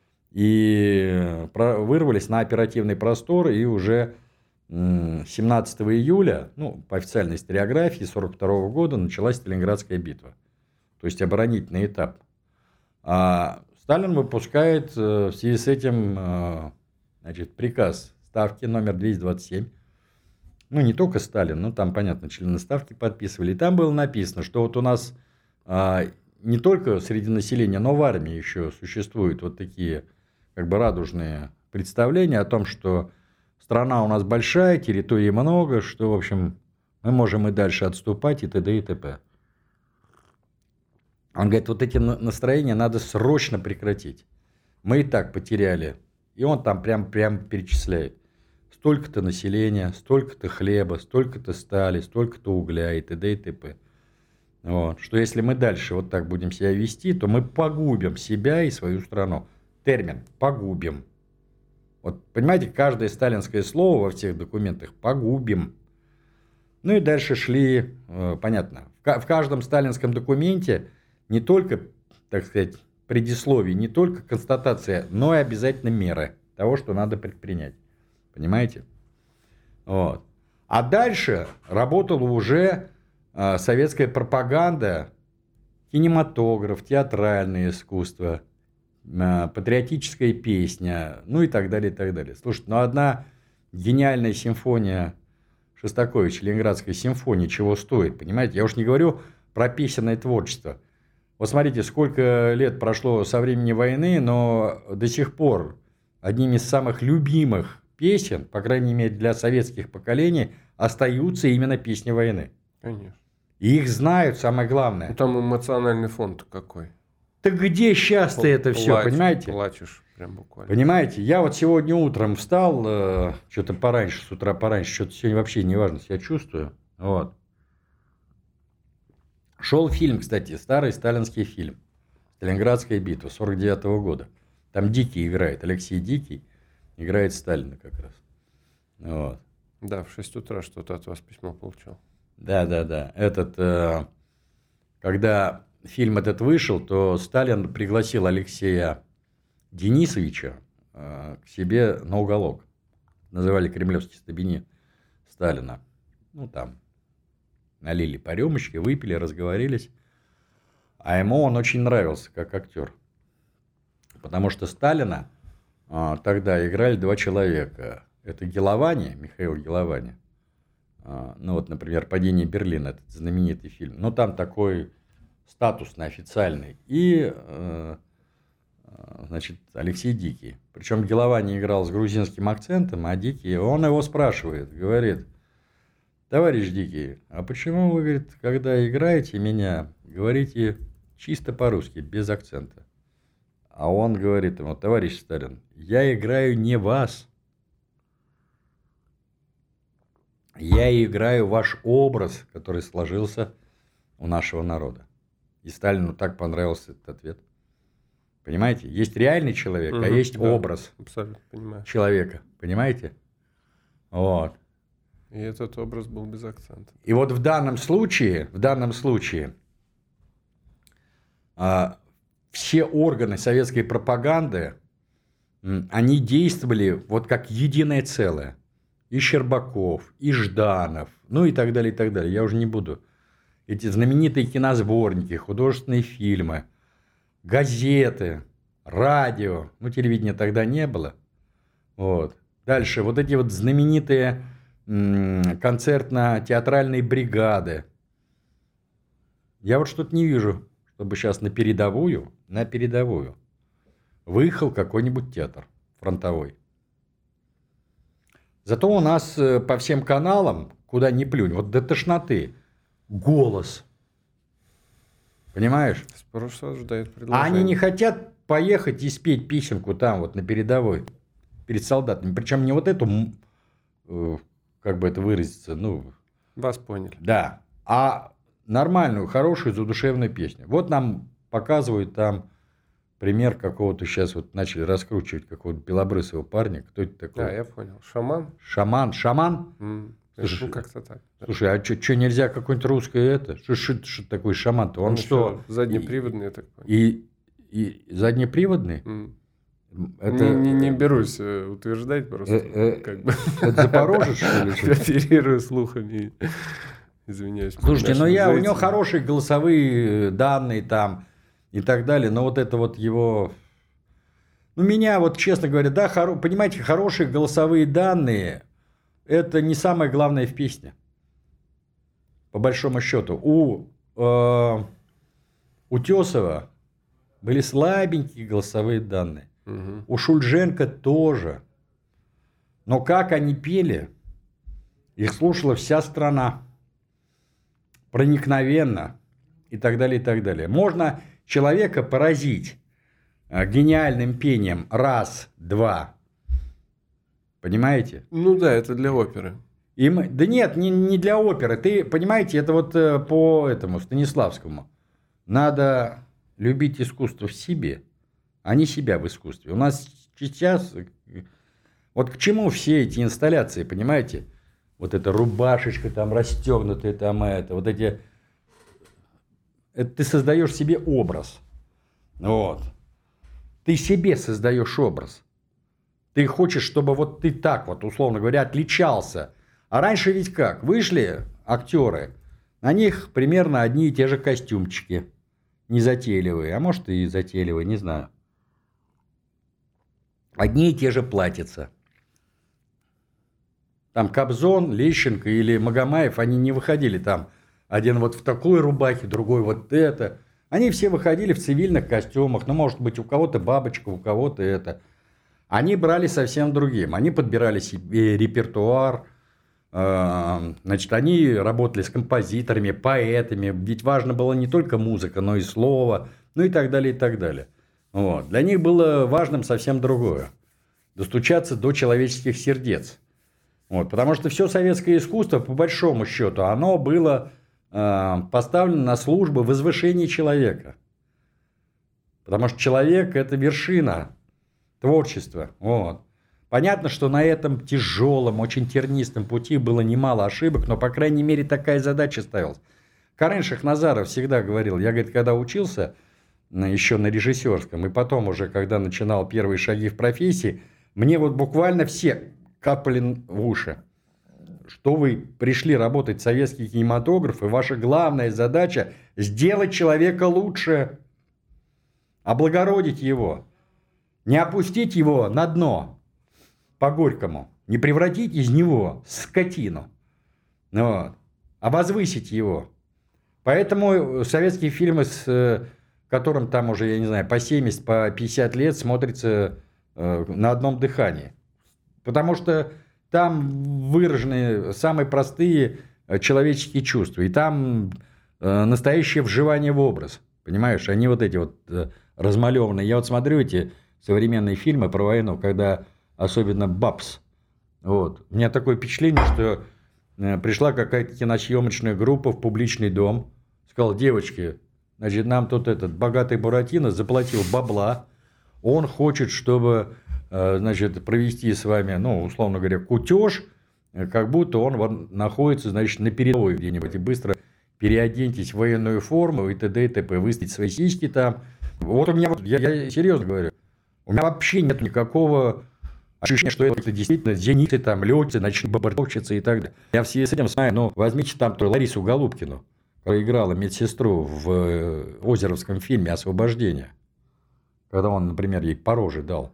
и вырвались на оперативный простор, и уже семнадцатого июля, ну, по официальной историографии сорок второго года началась Сталинградская битва. То есть оборонительный этап. А Сталин выпускает в связи с этим, значит, приказ Ставки номер двести двадцать семь. Ну, не только Сталин, но там, понятно, члены Ставки подписывали. И там было написано, что вот у нас а, не только среди населения, но в армии еще существуют вот такие как бы радужные представления о том, что страна у нас большая, территории много, что, в общем, мы можем и дальше отступать и т.д. и т.п. Он говорит, вот эти настроения надо срочно прекратить. Мы и так потеряли. И он там прям, прям перечисляет. столько-то населения, столько-то хлеба, столько-то стали, столько-то угля и т.д. и т.п. Вот. Что если мы дальше вот так будем себя вести, то мы погубим себя и свою страну. Термин «погубим». Вот, понимаете, каждое сталинское слово во всех документах «погубим». Ну и дальше шли, э, понятно, в, в каждом сталинском документе не только, так сказать, предисловие, не только констатация, но и обязательно меры того, что надо предпринять. Понимаете? Вот. А дальше работала уже э, советская пропаганда, кинематограф, театральное искусство, э, патриотическая песня, ну и так далее, и так далее. Слушайте, ну одна гениальная симфония Шостаковича, Ленинградская симфония, чего стоит, понимаете? Я уж не говорю про песенное творчество. Вот смотрите, сколько лет прошло со времени войны, но до сих пор одними из самых любимых песен, по крайней мере для советских поколений, остаются именно песни войны. Конечно. И их знают, самое главное. Ну, там эмоциональный фон какой. Так где сейчас-то это все, понимаете? Плачешь прям буквально. Понимаете, я вот сегодня утром встал, э, что-то пораньше, с утра пораньше, что-то сегодня вообще неважно себя чувствую. Вот. Шел фильм, кстати, старый сталинский фильм. «Сталинградская битва» сорок девятого года. Там Дикий играет, Алексей Дикий играет Сталина как раз. Вот. Да, в шесть утра что-то от вас письмо получил. Да, да, да. Этот, э, когда фильм этот вышел, то Сталин пригласил Алексея Денисовича э, к себе на уголок. Называли кремлевский стабинет Сталина. Ну, там налили по рюмочке, выпили, разговорились. А ему он очень нравился как актер. Потому что Сталина э, тогда играли два человека. Это Геловани, Михаил Геловани. Э, ну, вот, например, «Падение Берлина», этот знаменитый фильм. Но там такой статусный, официальный. И... Э, Значит, Алексей Дикий. Причем Геловани играл с грузинским акцентом, а Дикий, он его спрашивает, говорит: товарищ Дикий, а почему вы, говорит, когда играете меня, говорите чисто по-русски, без акцента? А он говорит ему: товарищ Сталин, я играю не вас, я играю ваш образ, который сложился у нашего народа. И Сталину так понравился этот ответ. Понимаете? Есть реальный человек, угу, а есть да, образ абсолютно понимаю. Человека. Понимаете? Вот. И этот образ был без акцента. И вот в данном случае, в данном случае а, все органы советской пропаганды, они действовали вот как единое целое. И Щербаков, и Жданов, ну и так далее, и так далее. Я уже не буду. Эти знаменитые киносборники, художественные фильмы, газеты, радио, ну, телевидения тогда не было. Вот. Дальше, вот эти вот знаменитые м- концертно-театральные бригады. Я вот что-то не вижу, чтобы сейчас на передовую, на передовую выехал какой-нибудь театр фронтовой. Зато у нас по всем каналам, куда ни плюнь, вот до тошноты, голос. Понимаешь? Спрос ожидает предложение. А они не хотят поехать и спеть песенку там, вот на передовой, перед солдатами. Причем не вот эту, как бы это выразиться, ну... Вас поняли. Да. А нормальную, хорошую, задушевную песню. Вот нам показывают там пример какого-то, сейчас вот начали раскручивать какого-то белобрысого парня. Кто это такой? Да, я понял. Шаман? Шаман. Шаман? Mm. Слушай, ну, как-то так. Слушай, а что нельзя какое-нибудь русское это? Что, что, что такое шаман-то? Он, Он что? Заднеприводный, я так понял. И, и заднеприводный? Mm. Это... Не, не, не берусь утверждать просто. Э, э, как бы. Это Запорожец, что ли? Оперирую слухами. Извиняюсь. Слушайте, ну я, у него хорошие голосовые данные там и так далее, но вот это вот его... Ну, меня вот, честно говоря, да, хоро... понимаете, хорошие голосовые данные... Это не самое главное в песне. По большому счету. У э, Утесова были слабенькие голосовые данные. Угу. У Шульженко тоже. Но как они пели, их слушала вся страна. Проникновенно. И так далее, и так далее. Можно человека поразить гениальным пением раз, два. Понимаете? Ну да, это для оперы. И мы... Да нет, не, не для оперы. Ты понимаете, это вот по этому Станиславскому. Надо любить искусство в себе, а не себя в искусстве. У нас сейчас... Вот к чему все эти инсталляции, понимаете? Вот эта рубашечка там расстегнутая, там это, вот эти... Это ты создаешь себе образ. Вот. Ты себе создаешь образ. Ты хочешь, чтобы вот ты так вот, условно говоря, отличался. А раньше ведь как? Вышли актеры, на них примерно одни и те же костюмчики. Незатейливые, а может и затейливые, не знаю. Одни и те же платьица. Там Кобзон, Лещенко или Магомаев, они не выходили там. Один вот в такой рубахе, другой вот это. Они все выходили в цивильных костюмах. Ну, может быть, у кого-то бабочка, у кого-то это. Они брали совсем другим. Они подбирали себе репертуар. Значит, они работали с композиторами, поэтами. Ведь важно было не только музыка, но и слово. Ну и так далее, и так далее. Вот. Для них было важным совсем другое. Достучаться до человеческих сердец. Вот. Потому что все советское искусство, по большому счету, оно было э, поставлено на службу возвышения человека. Потому что человек – это вершина творчества. Вот. Понятно, что на этом тяжелом, очень тернистом пути было немало ошибок, но, по крайней мере, такая задача ставилась. Карен Шахназаров всегда говорил, я, говорит, когда учился еще на режиссерском, и потом уже, когда начинал первые шаги в профессии, мне вот буквально все капали в уши, что вы пришли работать в советский кинематограф, и ваша главная задача – сделать человека лучше, облагородить его, не опустить его на дно. По-горькому. Не превратить из него скотину, вот, а возвысить его. Поэтому советские фильмы, с которым там уже, я не знаю, по семьдесят, по пятьдесят лет смотрятся э, на одном дыхании. Потому что там выражены самые простые человеческие чувства. И там э, настоящее вживание в образ. Понимаешь, они вот эти вот э, размалеванные. Я вот смотрю эти современные фильмы про войну, когда... Особенно «Бабс». Вот. У меня такое впечатление, что э, пришла какая-то киносъемочная группа в публичный дом. Сказала, девочки, значит, нам тут этот богатый Буратино заплатил бабла. Он хочет, чтобы, э, значит, провести с вами, ну, условно говоря, кутеж, э, как будто он вот находится, значит, на передовой где-нибудь. И быстро переоденьтесь в военную форму и т.д. и т.п. Выставить свои сиськи там. Вот у меня, я, я серьезно говорю, у меня вообще нет никакого... ощущение, что это действительно зеницы, там, летчицы, ночные бомбардировщицы и так далее. Я в связи с этим знаю, ну, возьмите там ту Ларису Голубкину, которая играла медсестру в Озеровском фильме «Освобождение». Когда он, например, ей по роже дал.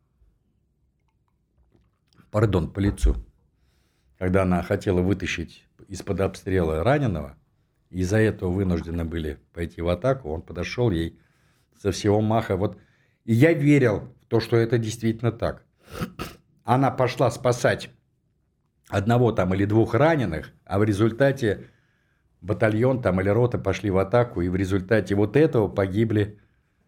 Пардон, по лицу. Когда она хотела вытащить из-под обстрела раненого, и из-за этого вынуждены были пойти в атаку, он подошел ей со всего маха. Вот. И я верил в то, что это действительно так. Она пошла спасать одного там или двух раненых, а в результате батальон там или рота пошли в атаку, и в результате вот этого погибли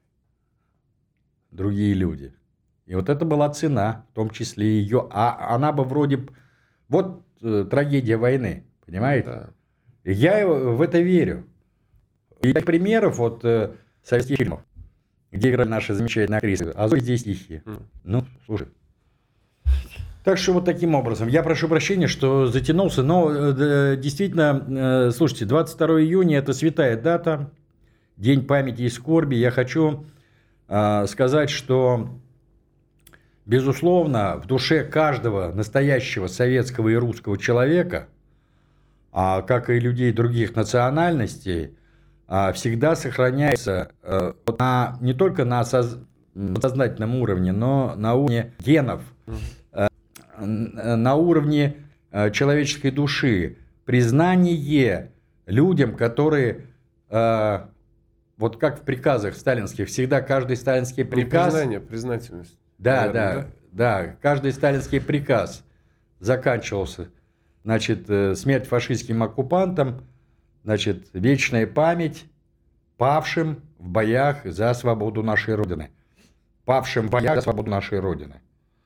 другие люди. И вот это была цена, в том числе ее. А она бы вроде... Вот э, трагедия войны, понимаете? Да. Я в это верю. И примеров вот э, советских фильмов, где играли наши замечательные актрисы. А здесь стихи. Mm. Ну, слушай. Так что вот таким образом. Я прошу прощения, что затянулся, но э, действительно, э, слушайте, двадцать второго июня – это святая дата, День памяти и скорби. Я хочу э, сказать, что, безусловно, в душе каждого настоящего советского и русского человека, а, как и людей других национальностей, а, всегда сохраняется а, на, не только на осоз... сознательном уровне, но на уровне генов, а, на уровне а, человеческой души. Признание людям, которые, а, вот как в приказах сталинских, всегда каждый сталинский приказ... Признание, признательность. Да, наверное, да, да, да. Каждый сталинский приказ заканчивался, значит, смерть фашистским оккупантам, значит, вечная память павшим в боях за свободу нашей Родины. Павшим в боях за свободу нашей Родины.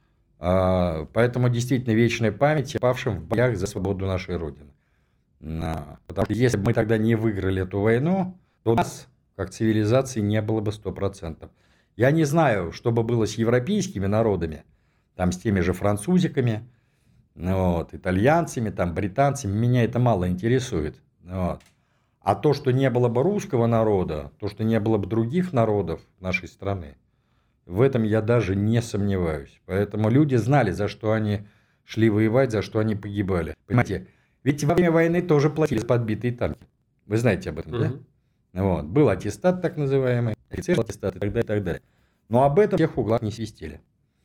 Поэтому действительно вечная память павшим в боях за свободу нашей Родины. Потому что если бы мы тогда не выиграли эту войну, то у нас, как цивилизации, не было бы сто процентов. Я не знаю, что бы было с европейскими народами, там с теми же французиками, вот, итальянцами, там, британцами, меня это мало интересует. Вот. А то, что не было бы русского народа, то, что не было бы других народов нашей страны, в этом я даже не сомневаюсь. Поэтому люди знали, за что они шли воевать, за что они погибали. Понимаете, ведь во время войны тоже платили за подбитые танки. Вы знаете об этом, uh-huh. да? Вот. Был аттестат так называемый, офицерский аттестат и так далее, и так далее. Но об этом в тех углах не свистели.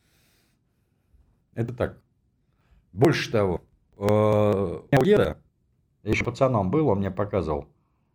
Это так. Больше того, у деда, я еще пацаном был, он мне показывал,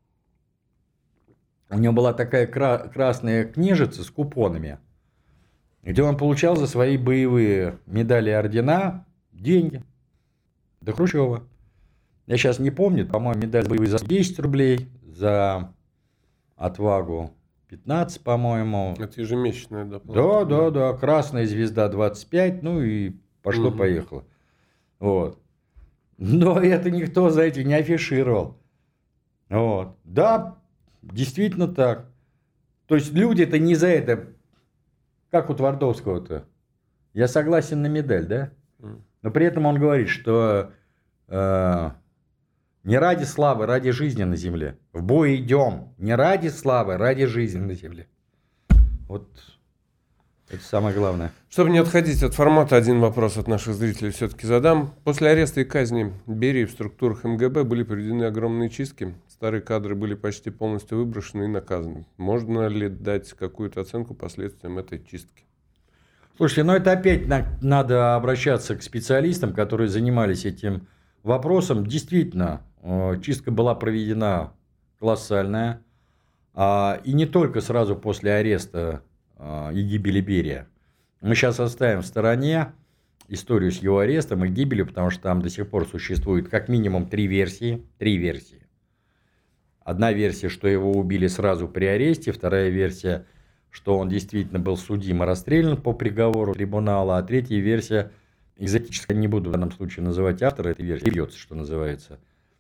у него была такая кра- красная книжица с купонами, где он получал за свои боевые медали и ордена деньги. До Хрущева. Я сейчас не помню, по-моему, медаль боевые за десять рублей, за отвагу пятнадцать, по-моему. Это ежемесячная доплата. Да, да, да. Красная звезда двадцать пять, ну и пошло-поехало. Угу. Вот. Но это никто, знаете, не афишировал. Вот. Да, действительно так. То есть люди-то не за это, как у Твардовского-то. Я согласен на медаль, да? Но при этом он говорит, что э, не ради славы, ради жизни на земле. В бой идем не ради славы, ради жизни на земле. Вот это самое главное. Чтобы не отходить от формата, один вопрос от наших зрителей все-таки задам. После ареста и казни Берии в структурах эм гэ бэ были проведены огромные чистки. Старые кадры были почти полностью выброшены и наказаны. Можно ли дать какую-то оценку последствиям этой чистки? Слушайте, ну это опять на, надо обращаться к специалистам, которые занимались этим вопросом. Действительно, э, чистка была проведена колоссальная. А, и не только сразу после ареста э, и гибели Берия. Мы сейчас оставим в стороне историю с его арестом и гибелью, потому что там до сих пор существует как минимум три версии. Три версии. Одна версия, что его убили сразу при аресте. Вторая версия, что он действительно был судим и расстрелян по приговору трибунала. А третья версия, экзотическая, не буду в данном случае называть автора этой версии, бьется, что называется,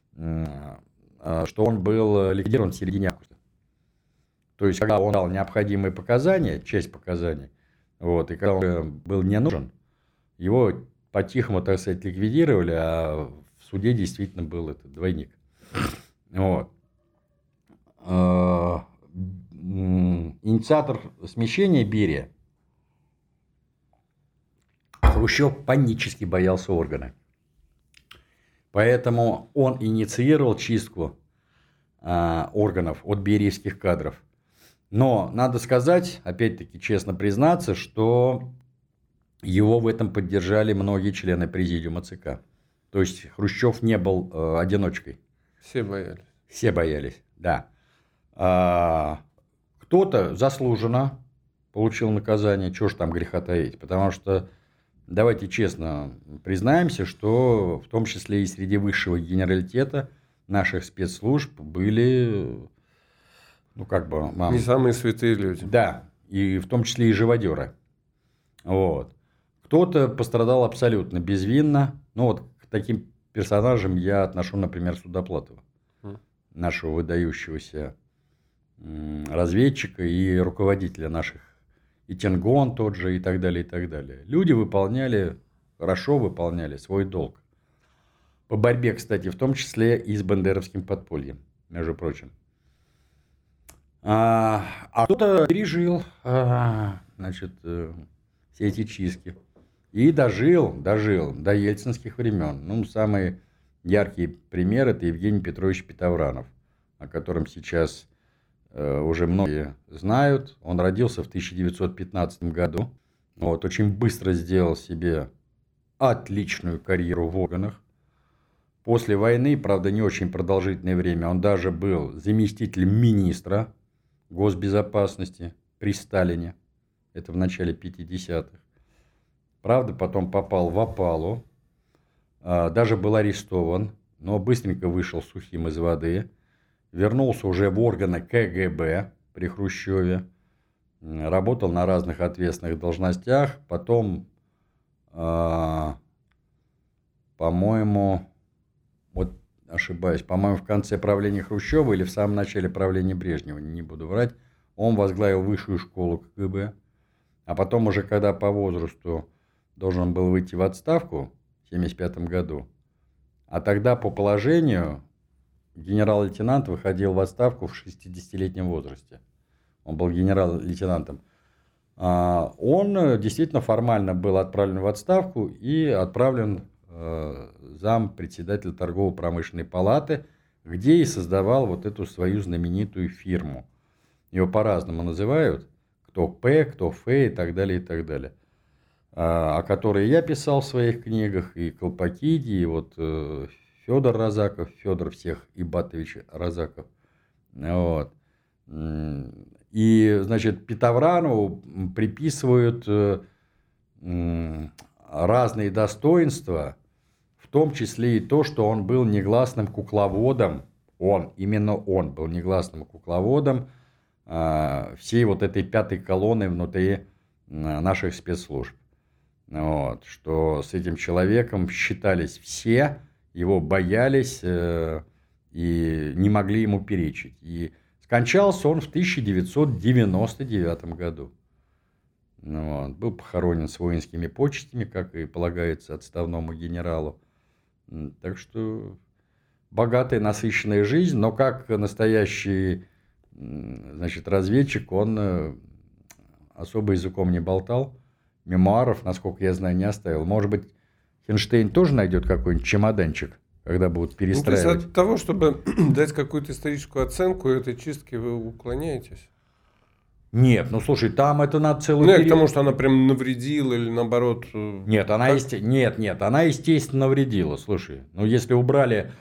что он был ликвидирован в середине августа. То есть, когда он дал необходимые показания, часть показаний, вот, и когда он был не нужен, его по-тихому, так сказать, ликвидировали, а в суде действительно был этот двойник. Вот. Инициатор смещения Берия, Хрущев панически боялся органа. Поэтому он инициировал чистку э, органов от бериевских кадров. Но надо сказать, опять-таки честно признаться, что его в этом поддержали многие члены президиума ЦК. То есть Хрущев не был э, одиночкой. Все боялись. Все боялись, да. А, кто-то заслуженно получил наказание, чего ж там греха таить, потому что, давайте честно признаемся, что в том числе и среди высшего генералитета наших спецслужб были, ну как бы... Не самые святые люди. Да, и в том числе и живодеры. Вот. Кто-то пострадал абсолютно безвинно, ну вот к таким персонажам я отношу, например, Судоплатова, mm. нашего выдающегося разведчика и руководителя наших, и Тенгон тот же, и так далее, и так далее. Люди выполняли, хорошо выполняли свой долг. По борьбе, кстати, в том числе и с бандеровским подпольем, между прочим. А, а кто-то пережил, а, значит, все эти чистки. И дожил, дожил до ельцинских времен. Ну, самый яркий пример – это Евгений Петрович Петовранов, о котором сейчас уже многие знают. Он родился в тысяча девятьсот пятнадцатом году. Вот, очень быстро сделал себе отличную карьеру в органах. После войны, правда, не очень продолжительное время, он даже был заместителем министра госбезопасности при Сталине. Это в начале пятидесятых. Правда, потом попал в опалу. Даже был арестован, но быстренько вышел сухим из воды. Вернулся уже в органы ка гэ бэ при Хрущеве. Работал на разных ответственных должностях. Потом а, по-моему, вот ошибаюсь, по-моему, в конце правления Хрущева или в самом начале правления Брежнева, не буду врать, он возглавил высшую школу КГБ, а потом уже, когда по возрасту должен был выйти в отставку в семьдесят пятом году, а тогда по положению генерал-лейтенант выходил в отставку в шестидесятилетнем возрасте. Он был генерал-лейтенантом. Он действительно формально был отправлен в отставку и отправлен зам председателя торгово-промышленной палаты, где и создавал вот эту свою знаменитую фирму. Ее по-разному называют. Кто П, кто Ф и так далее, и так далее. О которой я писал в своих книгах, и Колпакиди, и вот Федор Розаков, Федор всех Ибатович Розаков. Вот. И, значит, Петовранову приписывают разные достоинства, в том числе и то, что он был негласным кукловодом, он, именно он был негласным кукловодом всей вот этой пятой колонны внутри наших спецслужб. Вот, что с этим человеком считались все, его боялись э, и не могли ему перечить. И скончался он в тысяча девятьсот девяносто девятом году. Вот, был похоронен с воинскими почестями, как и полагается отставному генералу. Так что богатая, насыщенная жизнь, но как настоящий, значит, разведчик, он особо языком не болтал. Мемуаров, насколько я знаю, не оставил. Может быть, Хинштейн тоже найдет какой-нибудь чемоданчик, когда будут перестраивать. Ну, то есть от того, чтобы дать какую-то историческую оценку этой чистки, вы уклоняетесь? Нет, ну слушай, там это надо целую... Нет, потому что она прям навредила или наоборот... Нет, она, есте... нет, нет, она естественно навредила. Слушай, ну если убрали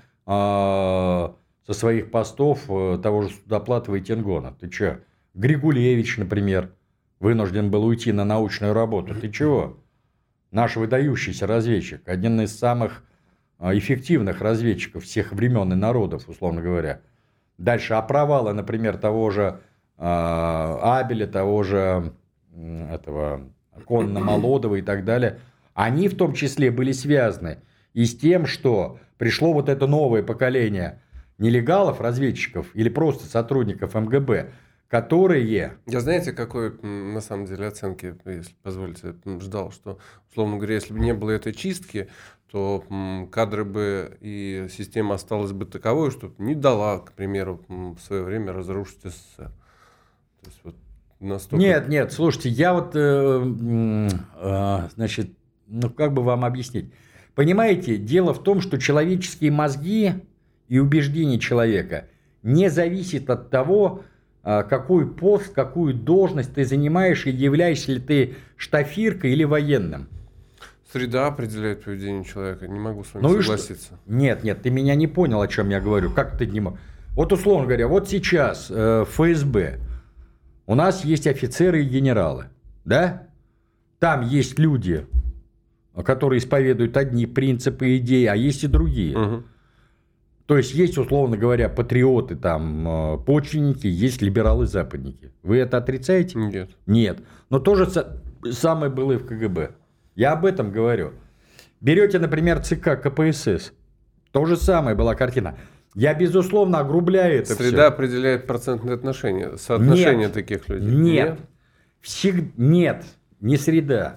а, со своих постов а, того же Судоплатова и Тенгона, ты че? Григулевич, например, вынужден был уйти на научную работу. Ты чего? Наш выдающийся разведчик, один из самых эффективных разведчиков всех времен и народов, условно говоря. Дальше, а провалы, например, того же э, Абеля, того же э, этого Конно-Молодова и так далее, они в том числе были связаны и с тем, что пришло вот это новое поколение нелегалов, разведчиков или просто сотрудников эм гэ бэ, которые... Я знаете, какой, на самом деле, оценки, если позволите, ждал, что, условно говоря, если бы не было этой чистки, то кадры бы и система осталась бы таковой, что не дала, к примеру, в свое время разрушить эс эс эс эр. То есть, вот настолько... Нет, нет, слушайте, я вот, э, э, значит, ну как бы вам объяснить? Понимаете, дело в том, что человеческие мозги и убеждения человека не зависят от того, какой пост, какую должность ты занимаешь, и являешься ли ты штафиркой или военным. Среда определяет поведение человека, не могу с вами ну согласиться. Нет, нет, ты меня не понял, о чем я говорю. Как ты не мог? Вот условно говоря, вот сейчас э, эф эс бэ, у нас есть офицеры и генералы, да? Там есть люди, которые исповедуют одни принципы и идеи, а есть и другие. Угу. То есть, есть, условно говоря, патриоты, там, почвенники, есть либералы-западники. Вы это отрицаете? Нет. Нет. Но то же самое было и в ка гэ бэ. Я об этом говорю. Берете, например, ЦК ка пэ эс эс. То же самое была картина. Я, безусловно, огрубляю это все. Среда определяет процентные отношения, соотношение нет, таких людей. Нет. Нет. Всег... нет, не среда.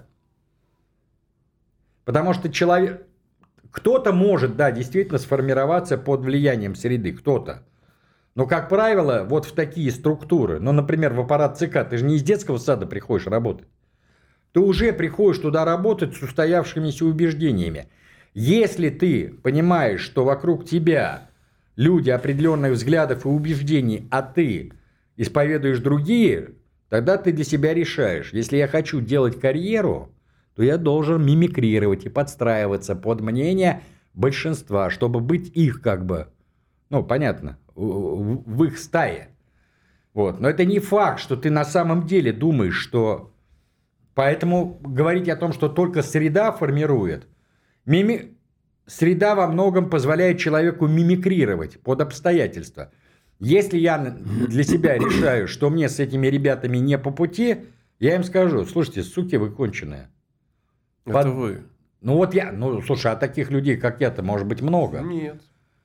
Потому что человек... Кто-то может, да, действительно сформироваться под влиянием среды, кто-то. Но, как правило, вот в такие структуры, ну, например, в аппарат ЦК, ты же не из детского сада приходишь работать. Ты уже приходишь туда работать с устоявшимися убеждениями. Если ты понимаешь, что вокруг тебя люди определенных взглядов и убеждений, а ты исповедуешь другие, тогда ты для себя решаешь, если я хочу делать карьеру, то я должен мимикрировать и подстраиваться под мнение большинства, чтобы быть их как бы, ну, понятно, в, в их стае. Вот. Но это не факт, что ты на самом деле думаешь, что... Поэтому говорить о том, что только среда формирует, мими... среда во многом позволяет человеку мимикрировать под обстоятельства. Если я для себя решаю, что мне с этими ребятами не по пути, я им скажу: слушайте, суки, вы конченые. Это Под... вы. Ну вот я, ну слушай, а таких людей, как я-то, может быть, много? Нет.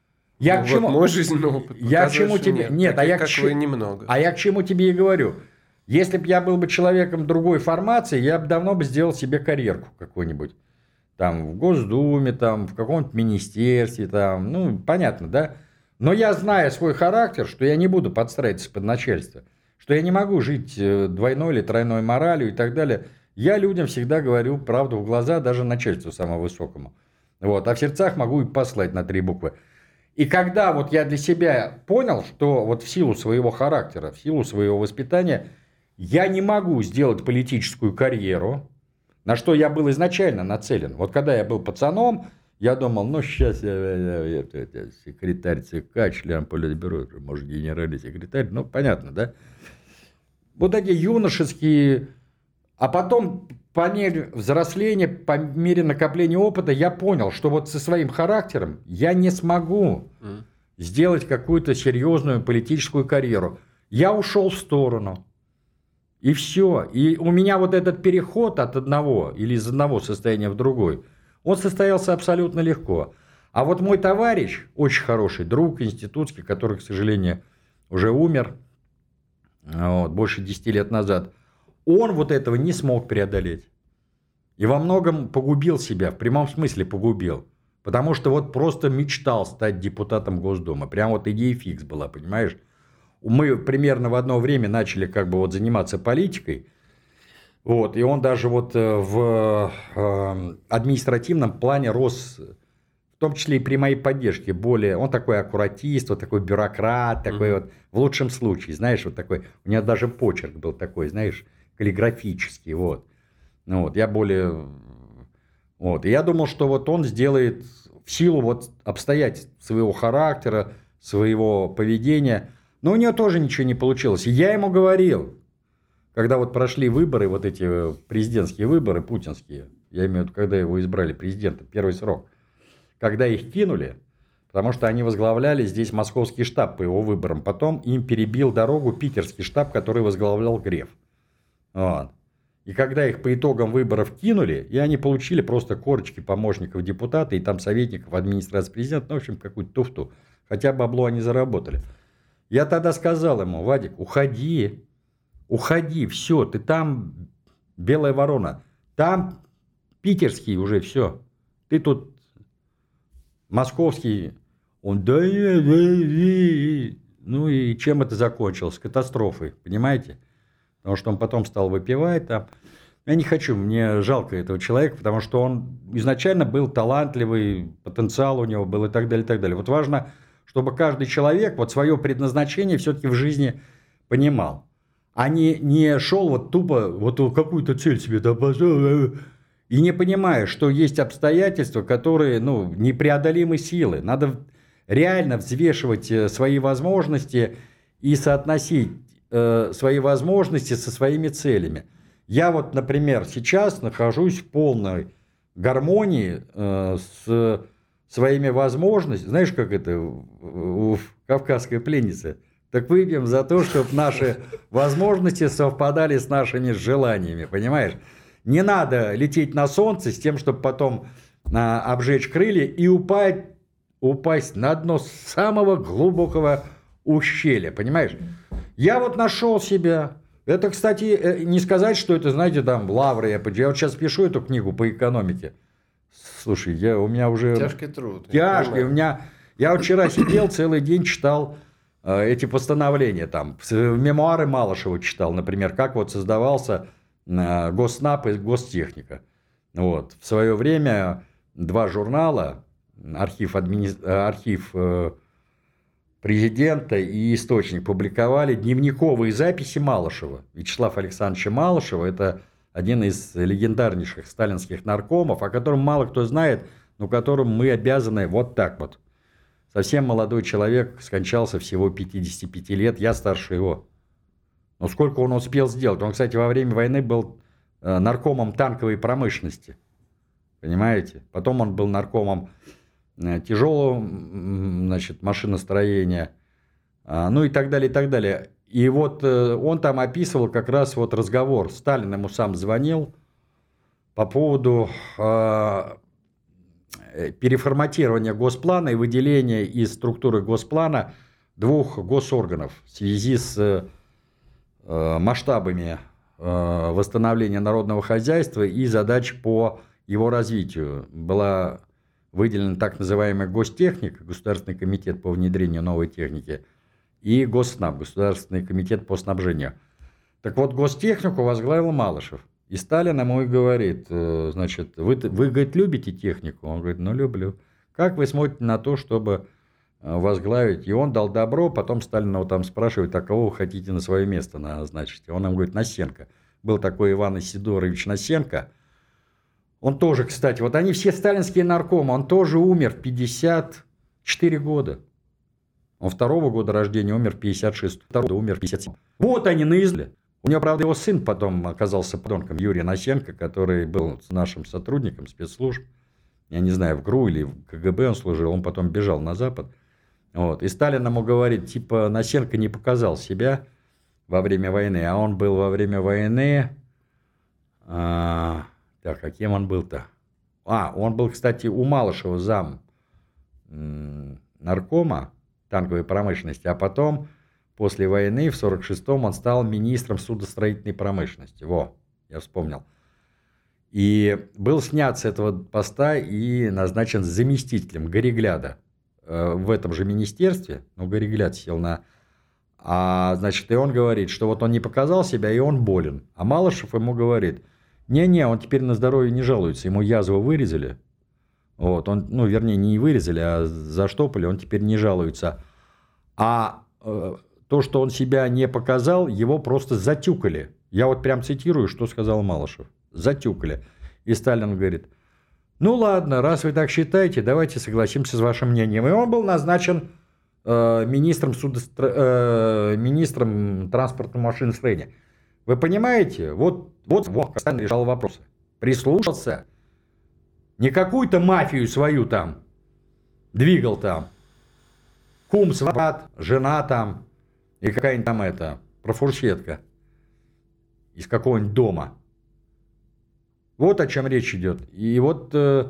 Я ну, к чему? Вот мой жизненный опыт. Я к чему тебе? Нет, нет, таких, а я как к... вы, немного. А я к чему тебе и говорю. Если бы я был бы человеком другой формации, я бы давно бы сделал себе карьерку какую-нибудь. Там в Госдуме, там в каком-то министерстве, там, ну, понятно, да? Но я знаю свой характер, что я не буду подстраиваться под начальство, что я не могу жить двойной или тройной моралью и так далее. Я людям всегда говорю правду в глаза, даже начальству самому высокому. Вот. А в сердцах могу и послать на три буквы. И когда вот я для себя понял, что вот в силу своего характера, в силу своего воспитания, я не могу сделать политическую карьеру, на что я был изначально нацелен. Вот когда я был пацаном, я думал, ну сейчас я, я, я, я, я секретарь ЦК, член политбюро, может генеральный секретарь, ну понятно, да? Вот эти юношеские... А потом, по мере взросления, по мере накопления опыта, я понял, что вот со своим характером я не смогу mm. сделать какую-то серьезную политическую карьеру. Я ушел в сторону. И все. И у меня вот этот переход от одного или из одного состояния в другой, он состоялся абсолютно легко. А вот мой товарищ, очень хороший друг институтский, который, к сожалению, уже умер вот, больше десяти лет назад, он вот этого не смог преодолеть. И во многом погубил себя, в прямом смысле погубил. Потому что вот просто мечтал стать депутатом Госдумы. Прям вот идея фикс была, понимаешь? Мы примерно в одно время начали как бы вот заниматься политикой. Вот, и он даже вот в э, административном плане рос, в том числе и при моей поддержке, более... Он такой аккуратист, вот такой бюрократ, такой mm-hmm. вот, в лучшем случае, знаешь, вот такой... У него даже почерк был такой, знаешь, каллиграфический, вот. Ну, вот, я более... Вот, и я думал, что вот он сделает в силу вот обстоятельств своего характера, своего поведения, но у него тоже ничего не получилось. И я ему говорил, когда вот прошли выборы, вот эти президентские выборы, путинские, я имею в виду, когда его избрали президентом, первый срок, когда их кинули, потому что они возглавляли здесь московский штаб по его выборам, потом им перебил дорогу питерский штаб, который возглавлял Греф. Вот. И когда их по итогам выборов кинули, и они получили просто корочки помощников депутата и там советников администрации президента, ну, в общем, какую-то туфту, хотя бабло они заработали. Я тогда сказал ему: Вадик, уходи, уходи, все, ты там белая ворона, там питерский уже все, ты тут московский. Он, да, да, да. Ну и чем это закончилось? Катастрофой, понимаете? Потому что он потом стал выпивать там. Я не хочу, мне жалко этого человека, потому что он изначально был талантливый, потенциал у него был и так далее, и так далее. Вот важно, чтобы каждый человек вот свое предназначение все-таки в жизни понимал. А не, не шел вот тупо, вот какую-то цель себе там поставил, и не понимая, что есть обстоятельства, которые, ну, непреодолимы силы. Надо реально взвешивать свои возможности и соотносить э, свои возможности со своими целями. Я вот, например, сейчас нахожусь в полной гармонии э, с своими возможностями. Знаешь, как это у кавказской пленницы? Так выпьем за то, чтобы наши возможности совпадали с нашими желаниями, понимаешь? Не надо лететь на солнце с тем, чтобы потом а, обжечь крылья и упасть, упасть на дно самого глубокого ущелья, понимаешь? Я вот нашел себя. Это, кстати, не сказать, что это, знаете, там, лавры. Я, я вот сейчас пишу эту книгу по экономике. Слушай, я, у меня уже... Тяжкий труд. Тяжкий. У меня... Я вчера сидел, целый день читал э, эти постановления. Там, мемуары Малышева читал, например, как вот создавался э, Госнап и Гостехника. Вот. В свое время два журнала, архив, админи... архив э, президента и источник, публиковали дневниковые записи Малышева. Вячеслав Александровича Малышева, это один из легендарнейших сталинских наркомов, о котором мало кто знает, но которому мы обязаны вот так вот. Совсем молодой человек, скончался всего пятидесяти пяти лет, я старше его. Но сколько он успел сделать? Он, кстати, во время войны был наркомом танковой промышленности. Понимаете? Потом он был наркомом тяжелого, значит, машиностроения, ну и так далее, и так далее. И вот он там описывал как раз вот разговор. Сталин ему сам звонил, по поводу э, переформатирования госплана и выделения из структуры госплана двух госорганов в связи с э, масштабами э, восстановления народного хозяйства и задач по его развитию. Была выделена так называемая гостехника, Государственный комитет по внедрению новой техники, и Госснаб, Государственный комитет по снабжению. Так вот, гостехнику возглавил Малышев. И Сталин ему и говорит, значит, вы, вы, говорит, любите технику? Он говорит, ну, люблю. Как вы смотрите на то, чтобы возглавить? И он дал добро, потом Сталин его там спрашивает, а кого вы хотите на свое место назначить? Он ему говорит, Насенко. Был такой Иван Исидорович Насенко. Он тоже, кстати, вот они все сталинские наркомы, он тоже умер в пятьдесят четыре года. Он второго года рождения умер в пятьдесят шестом, второго умер в пятьдесят седьмом. Вот они наизли. У него, правда, его сын потом оказался подонком, Юрий Насенко, который был нашим сотрудником спецслужб. Я не знаю, в ГРУ или в КГБ он служил, он потом бежал на Запад. Вот. И Сталин ему говорит, типа, Насенко не показал себя во время войны, а он был во время войны... А, так, а кем он был-то? А, он был, кстати, у Малышева зам м, наркома танковой промышленности, а потом... После войны в сорок шестом он стал министром судостроительной промышленности. Во, я вспомнил. И был снят с этого поста и назначен заместителем Горегляда э, в этом же министерстве. Ну, Горегляд сел на... А, значит, и он говорит, что вот он не показал себя, и он болен. А Малышев ему говорит, не-не, он теперь на здоровье не жалуется, ему язву вырезали. Вот, он, ну, вернее, не вырезали, а заштопали, он теперь не жалуется. А... Э, То, что он себя не показал, его просто затюкали. Я вот прям цитирую, что сказал Малышев. Затюкали. И Сталин говорит, ну ладно, раз вы так считаете, давайте согласимся с вашим мнением. И он был назначен э, министром, судостро... э, министром транспортного машиностроения. Вы понимаете, вот, вот, вот Сталин решал вопросы. Прислушался. Не какую-то мафию свою там двигал там. Кум, сват, жена там. И какая-нибудь там это, профурсетка из какого-нибудь дома. Вот о чем речь идет. И вот э,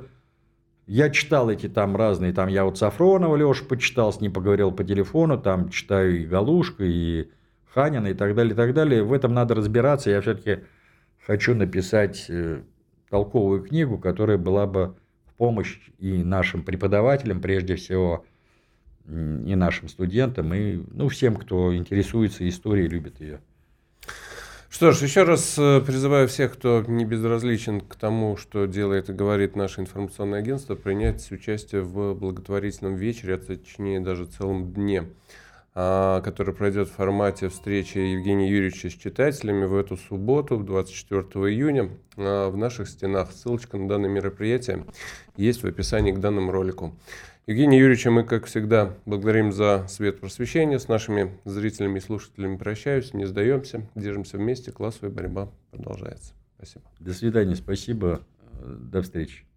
я читал эти там разные, там я вот Сафронова Лешу почитал, с ним поговорил по телефону, там читаю и Галушка, и Ханина, и так далее, и так далее. В этом надо разбираться. Я все-таки хочу написать э, толковую книгу, которая была бы в помощь и нашим преподавателям, прежде всего, и нашим студентам, и ну, всем, кто интересуется историей, любит ее. Что ж, еще раз призываю всех, кто не безразличен к тому, что делает и говорит наше информационное агентство, принять участие в благотворительном вечере, а точнее даже целом дне, который пройдет в формате встречи Евгения Юрьевича с читателями в эту субботу, двадцать четвёртого июня, в наших стенах. Ссылочка на данное мероприятие есть в описании к данному ролику. Евгения Юрьевича мы, как всегда, благодарим за свет просвещения. С нашими зрителями и слушателями прощаюсь. Не сдаемся, держимся вместе. Классовая борьба продолжается. Спасибо. До свидания, спасибо. До встречи.